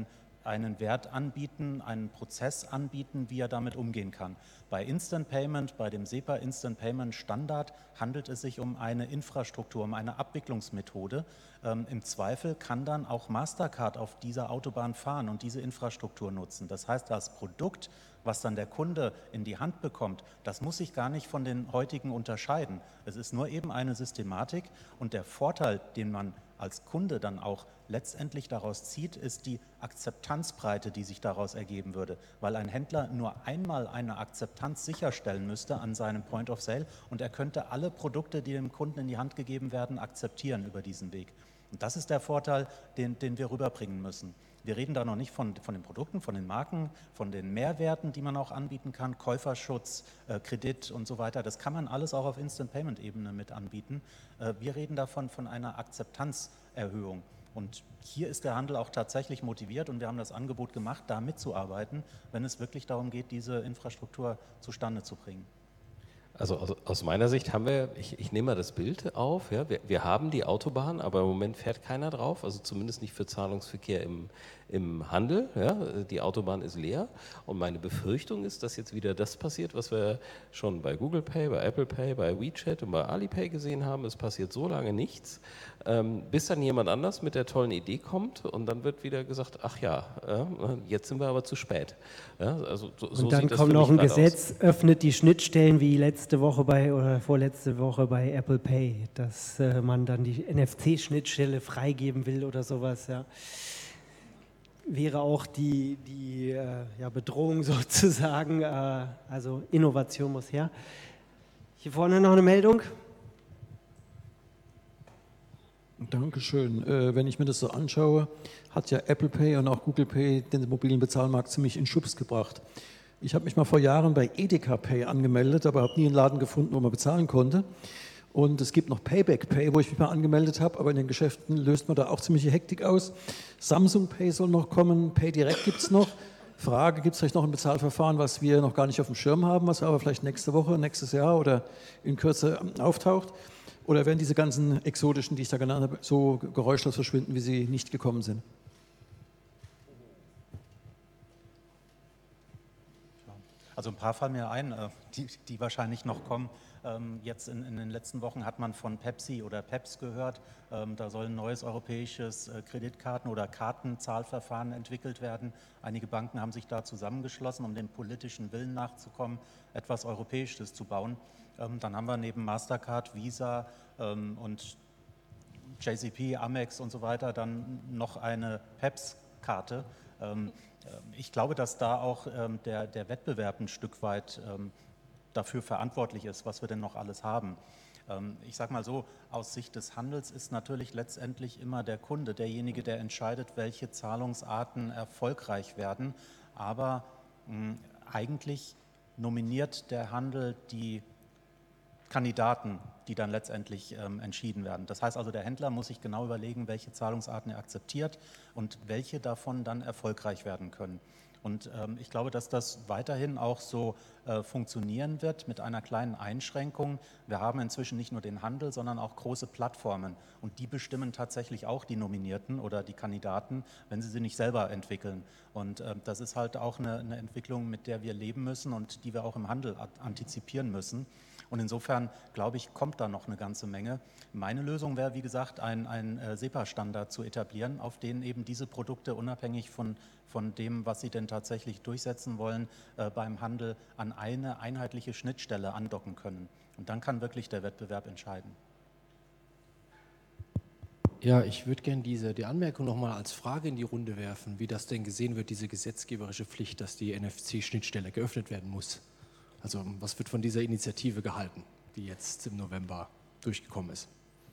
S3: einen Wert anbieten, einen Prozess anbieten, wie er damit umgehen kann. Bei Instant Payment, bei dem SEPA Instant Payment Standard handelt es sich um eine Infrastruktur, um eine Abwicklungsmethode. Im Zweifel kann dann auch Mastercard auf dieser Autobahn fahren und diese Infrastruktur nutzen. Das heißt, das Produkt, was dann der Kunde in die Hand bekommt, das muss sich gar nicht von den heutigen unterscheiden. Es ist nur eben eine Systematik und der Vorteil, den man als Kunde dann auch letztendlich daraus zieht, ist die Akzeptanzbreite, die sich daraus ergeben würde, weil ein Händler nur einmal eine Akzeptanz sicherstellen müsste an seinem Point of Sale und er könnte alle Produkte, die dem Kunden in die Hand gegeben werden, akzeptieren über diesen Weg. Und das ist der Vorteil, den wir rüberbringen müssen. Wir reden da noch nicht von den Produkten, von den Marken, von den Mehrwerten, die man auch anbieten kann, Käuferschutz, Kredit und so weiter. Das kann man alles auch auf Instant-Payment-Ebene mit anbieten. Wir reden davon von einer Akzeptanzerhöhung. Und hier ist der Handel auch tatsächlich motiviert und wir haben das Angebot gemacht, da mitzuarbeiten, wenn es wirklich darum geht, diese Infrastruktur zustande zu bringen.
S6: Also aus meiner Sicht haben wir, ich nehme mal das Bild auf, ja, wir haben die Autobahn, aber im Moment fährt keiner drauf, also zumindest nicht für Zahlungsverkehr im Handel. Ja, die Autobahn ist leer und meine Befürchtung ist, dass jetzt wieder das passiert, was wir schon bei Google Pay, bei Apple Pay, bei WeChat und bei Alipay gesehen haben. Es passiert so lange nichts, bis dann jemand anders mit der tollen Idee kommt und dann wird wieder gesagt, ach ja, jetzt sind wir aber zu spät. Ja, also so
S1: und dann kommt noch ein Gesetz, öffnet die Schnittstellen wie letzte Woche oder vorletzte Woche bei Apple Pay, dass man dann die NFC-Schnittstelle freigeben will oder sowas, ja. Wäre auch die Bedrohung sozusagen, also Innovation muss her. Hier vorne noch eine Meldung.
S11: Dankeschön. Wenn ich mir das so anschaue, hat ja Apple Pay und auch Google Pay den mobilen Bezahlmarkt ziemlich in Schubs gebracht. Ich habe mich mal vor Jahren bei Edeka Pay angemeldet, aber habe nie einen Laden gefunden, wo man bezahlen konnte. Und es gibt noch Payback Pay, wo ich mich mal angemeldet habe, aber in den Geschäften löst man da auch ziemliche Hektik aus. Samsung Pay soll noch kommen, Pay Direct gibt es noch. Frage, gibt es vielleicht noch ein Bezahlverfahren, was wir noch gar nicht auf dem Schirm haben, was aber vielleicht nächste Woche, nächstes Jahr oder in Kürze auftaucht? Oder werden diese ganzen exotischen, die ich da genannt habe, so geräuschlos verschwinden, wie sie nicht gekommen sind?
S3: Also ein paar fallen mir ein, die wahrscheinlich noch kommen. Jetzt in den letzten Wochen hat man von Pepsi oder Peps gehört. Da soll ein neues europäisches Kreditkarten- oder Kartenzahlverfahren entwickelt werden. Einige Banken haben sich da zusammengeschlossen, um dem politischen Willen nachzukommen, etwas Europäisches zu bauen. Dann haben wir neben Mastercard, Visa und JCP, Amex und so weiter dann noch eine Peps-Karte. Ich glaube, dass da auch der Wettbewerb ein Stück weit dafür verantwortlich ist, was wir denn noch alles haben. Ich sage mal so, aus Sicht des Handels ist natürlich letztendlich immer der Kunde derjenige, der entscheidet, welche Zahlungsarten erfolgreich werden. Aber eigentlich nominiert der Handel die Kandidaten, die dann letztendlich entschieden werden. Das heißt also, der Händler muss sich genau überlegen, welche Zahlungsarten er akzeptiert und welche davon dann erfolgreich werden können. Und ich glaube, dass das weiterhin auch so funktionieren wird mit einer kleinen Einschränkung. Wir haben inzwischen nicht nur den Handel, sondern auch große Plattformen und die bestimmen tatsächlich auch die Nominierten oder die Kandidaten, wenn sie nicht selber entwickeln. Und das ist halt auch eine Entwicklung, mit der wir leben müssen und die wir auch im Handel antizipieren müssen. Und insofern, glaube ich, kommt da noch eine ganze Menge. Meine Lösung wäre, wie gesagt, ein SEPA-Standard zu etablieren, auf den eben diese Produkte unabhängig von dem, was sie denn tatsächlich durchsetzen wollen, beim Handel an eine einheitliche Schnittstelle andocken können. Und dann kann wirklich der Wettbewerb entscheiden.
S12: Ja, ich würde gerne die Anmerkung nochmal als Frage in die Runde werfen, wie das denn gesehen wird, diese gesetzgeberische Pflicht, dass die NFC-Schnittstelle geöffnet werden muss. Also was wird von dieser Initiative gehalten, die jetzt im November durchgekommen ist?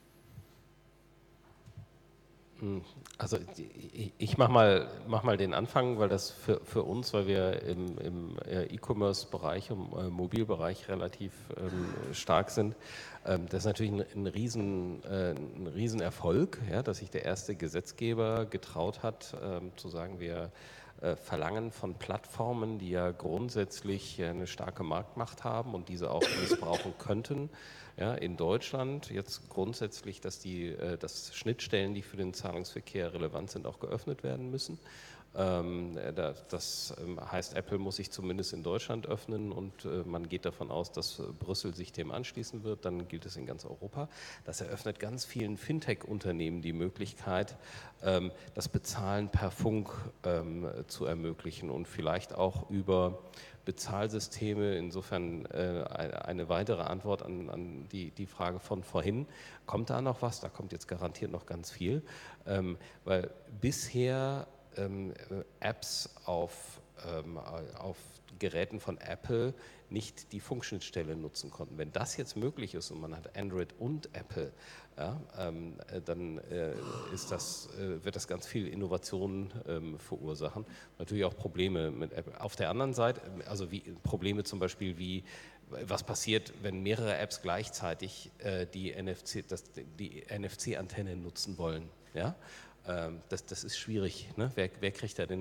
S6: Also ich mach mal den Anfang, weil das für uns, weil wir im E-Commerce-Bereich, im Mobilbereich relativ stark sind, das ist natürlich ein Riesenerfolg, ja, dass sich der erste Gesetzgeber getraut hat, zu sagen, wir verlangen von Plattformen, die ja grundsätzlich eine starke Marktmacht haben und diese auch missbrauchen könnten, ja, in Deutschland jetzt grundsätzlich, dass Schnittstellen, die für den Zahlungsverkehr relevant sind, auch geöffnet werden müssen. Das heißt, Apple muss sich zumindest in Deutschland öffnen und man geht davon aus, dass Brüssel sich dem anschließen wird. Dann gilt es in ganz Europa. Das eröffnet ganz vielen Fintech-Unternehmen die Möglichkeit, das Bezahlen per Funk zu ermöglichen und vielleicht auch über Bezahlsysteme. Insofern eine weitere Antwort an die Frage von vorhin. Kommt da noch was? Da kommt jetzt garantiert noch ganz viel, weil bisher Apps auf Geräten von Apple nicht die Funkschnittstelle nutzen konnten. Wenn das jetzt möglich ist und man hat Android und Apple, ja, dann wird das ganz viel Innovation verursachen. Natürlich auch Probleme mit Apple. Auf der anderen Seite, also Probleme zum Beispiel wie was passiert, wenn mehrere Apps gleichzeitig die NFC-Antenne nutzen wollen. Ja? Das ist schwierig. Ne? Wer kriegt da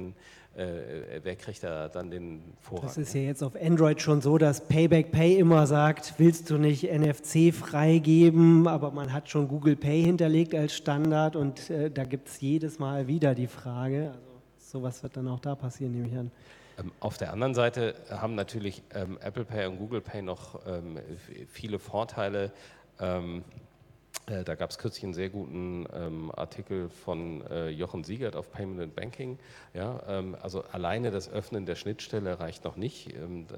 S6: dann den Vorrang?
S1: Das ist ja jetzt auf Android schon so, dass Payback Pay immer sagt, willst du nicht NFC freigeben, aber man hat schon Google Pay hinterlegt als Standard und da gibt es jedes Mal wieder die Frage. Also sowas wird dann auch da passieren, nehme ich an.
S6: Auf der anderen Seite haben natürlich Apple Pay und Google Pay noch viele Vorteile. Da gab es kürzlich einen sehr guten Artikel von Jochen Siegert auf Payment and Banking. Ja, also alleine das Öffnen der Schnittstelle reicht noch nicht.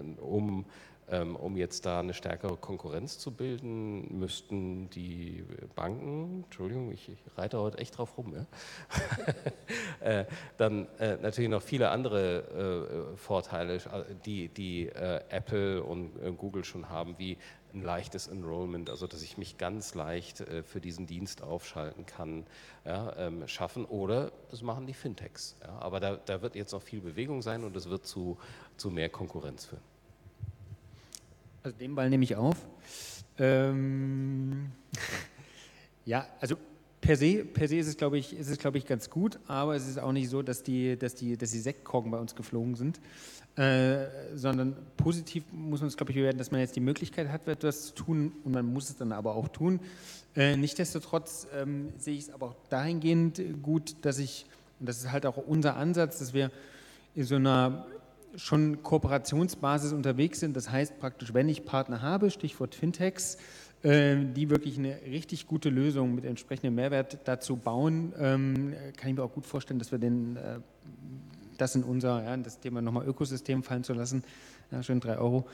S6: Um jetzt da eine stärkere Konkurrenz zu bilden, müssten die Banken, Entschuldigung, ich reite heute echt drauf rum, ja? Dann natürlich noch viele andere Vorteile, die Apple und Google schon haben, wie ein leichtes Enrollment, also dass ich mich ganz leicht für diesen Dienst aufschalten kann, ja, schaffen, oder das machen die Fintechs. Ja? Aber da wird jetzt noch viel Bewegung sein und es wird zu mehr Konkurrenz führen.
S5: Also den Ball nehme ich auf. Ja, also per se ist es, glaube ich, ganz gut, aber es ist auch nicht so, dass die Sektkorken bei uns geflogen sind, sondern positiv muss man es, glaube ich, bewerten, dass man jetzt die Möglichkeit hat, etwas zu tun und man muss es dann aber auch tun. Nichtsdestotrotz sehe ich es aber auch dahingehend gut, dass und das ist halt auch unser Ansatz, dass wir in so einer schon Kooperationsbasis unterwegs sind. Das heißt praktisch, wenn ich Partner habe, Stichwort Fintechs, die wirklich eine richtig gute Lösung mit entsprechendem Mehrwert dazu bauen, kann ich mir auch gut vorstellen, dass wir das in das Thema nochmal Ökosystem fallen zu lassen, ja, schön 3 Euro,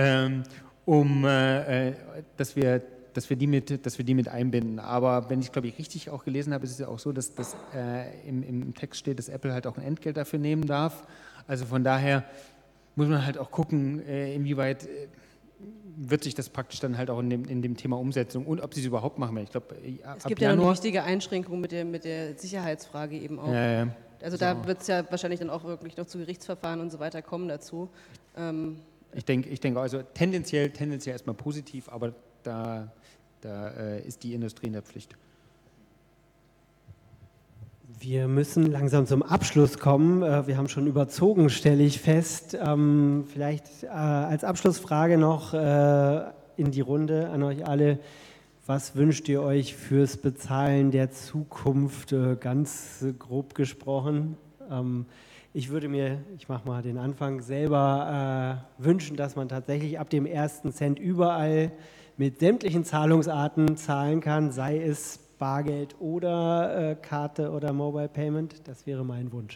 S5: dass wir die mit einbinden. Aber wenn ich, glaube ich, richtig auch gelesen habe, ist es ja auch so, dass im Text steht, dass Apple halt auch ein Entgelt dafür nehmen darf. Also von daher muss man halt auch gucken, inwieweit wird sich das praktisch dann halt auch in dem Thema Umsetzung und ob sie es überhaupt machen. Ich glaube,
S2: es gibt ja noch eine wichtige Einschränkung mit der Sicherheitsfrage eben auch.
S5: Ja.
S2: Also da wird es ja wahrscheinlich dann auch wirklich noch zu Gerichtsverfahren und so weiter kommen dazu.
S5: Ich denke also tendenziell erstmal positiv, aber da ist die Industrie in der Pflicht.
S1: Wir müssen langsam zum Abschluss kommen. Wir haben schon überzogen, stelle ich fest. Vielleicht als Abschlussfrage noch in die Runde an euch alle. Was wünscht ihr euch fürs Bezahlen der Zukunft, ganz grob gesprochen? Ich mache mal den Anfang, selber wünschen, dass man tatsächlich ab dem 1. Cent überall mit sämtlichen Zahlungsarten zahlen kann, sei es Bargeld oder Karte oder Mobile Payment. Das wäre mein Wunsch.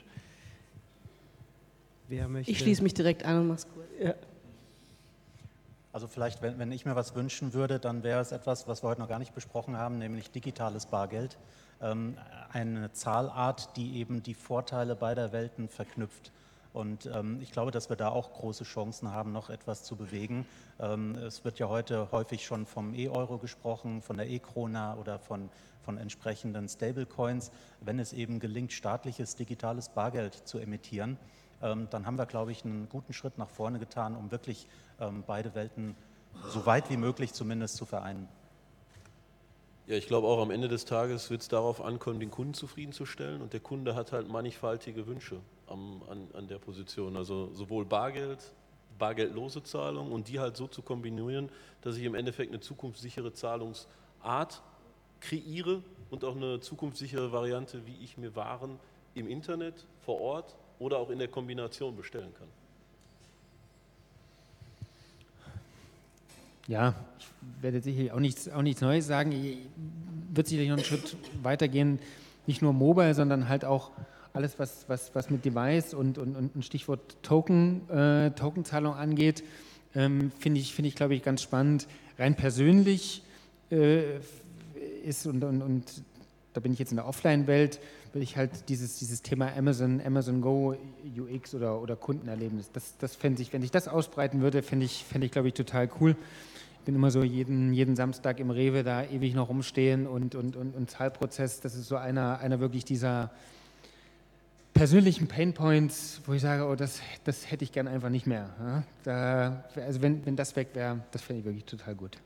S1: Wer möchte?
S2: Ich schließe mich direkt an und mach's kurz.
S1: Ja.
S3: Also vielleicht, wenn ich mir was wünschen würde, dann wäre es etwas, was wir heute noch gar nicht besprochen haben, nämlich digitales Bargeld. Eine Zahlart, die eben die Vorteile beider Welten verknüpft. Und ich glaube, dass wir da auch große Chancen haben, noch etwas zu bewegen. Es wird ja heute häufig schon vom E-Euro gesprochen, von der E-Krona oder von entsprechenden Stablecoins. Wenn es eben gelingt, staatliches digitales Bargeld zu emittieren, dann haben wir, glaube ich, einen guten Schritt nach vorne getan, um wirklich beide Welten so weit wie möglich zumindest zu vereinen.
S4: Ja, ich glaube auch am Ende des Tages wird es darauf ankommen, den Kunden zufriedenzustellen, und der Kunde hat halt mannigfaltige Wünsche an der Position. Also sowohl Bargeld, bargeldlose Zahlung und die halt so zu kombinieren, dass ich im Endeffekt eine zukunftssichere Zahlungsart kreiere und auch eine zukunftssichere Variante, wie ich mir Waren im Internet vor Ort oder auch in der Kombination bestellen kann.
S5: Ja, ich werde sicherlich auch nichts Neues sagen. Wird sicherlich noch einen Schritt weitergehen, nicht nur mobile, sondern halt auch alles, was mit Device und ein Stichwort Tokenzahlung angeht, finde ich, glaube ich, ganz spannend. Rein persönlich ist, und da bin ich jetzt in der Offline-Welt, will ich halt dieses Thema Amazon Go UX oder Kundenerlebnis, das fände ich, wenn sich das ausbreiten würde, fände ich, glaube ich, total cool. Ich bin immer so jeden Samstag im Rewe da ewig noch rumstehen und Zahlprozess, das ist so einer wirklich dieser persönlichen Painpoints, wo ich sage, oh, das hätte ich gern einfach nicht mehr. Ja? Also wenn das weg wäre, das fände ich wirklich total gut.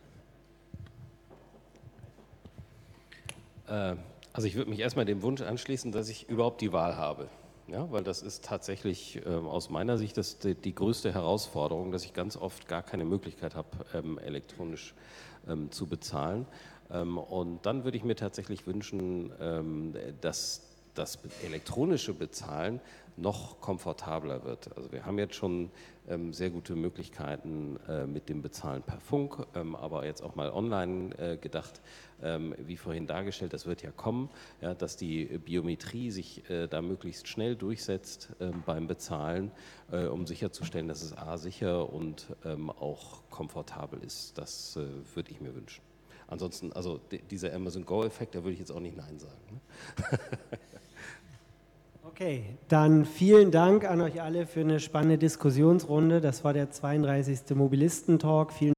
S6: Also ich würde mich erstmal dem Wunsch anschließen, dass ich überhaupt die Wahl habe. Ja, weil das ist tatsächlich aus meiner Sicht die größte Herausforderung, dass ich ganz oft gar keine Möglichkeit habe, elektronisch zu bezahlen. Und dann würde ich mir tatsächlich wünschen, dass das elektronische Bezahlen noch komfortabler wird. Also wir haben jetzt schon sehr gute Möglichkeiten mit dem Bezahlen per Funk, aber jetzt auch mal online gedacht, wie vorhin dargestellt, das wird ja kommen, ja, dass die Biometrie sich da möglichst schnell durchsetzt beim Bezahlen, um sicherzustellen, dass es A, sicher und auch komfortabel ist. Das würde ich mir wünschen. Ansonsten, also dieser Amazon Go-Effekt, da würde ich jetzt auch nicht Nein sagen. Ne?
S1: Okay, dann vielen Dank an euch alle für eine spannende Diskussionsrunde. Das war der 32. Mobilisten-Talk. Vielen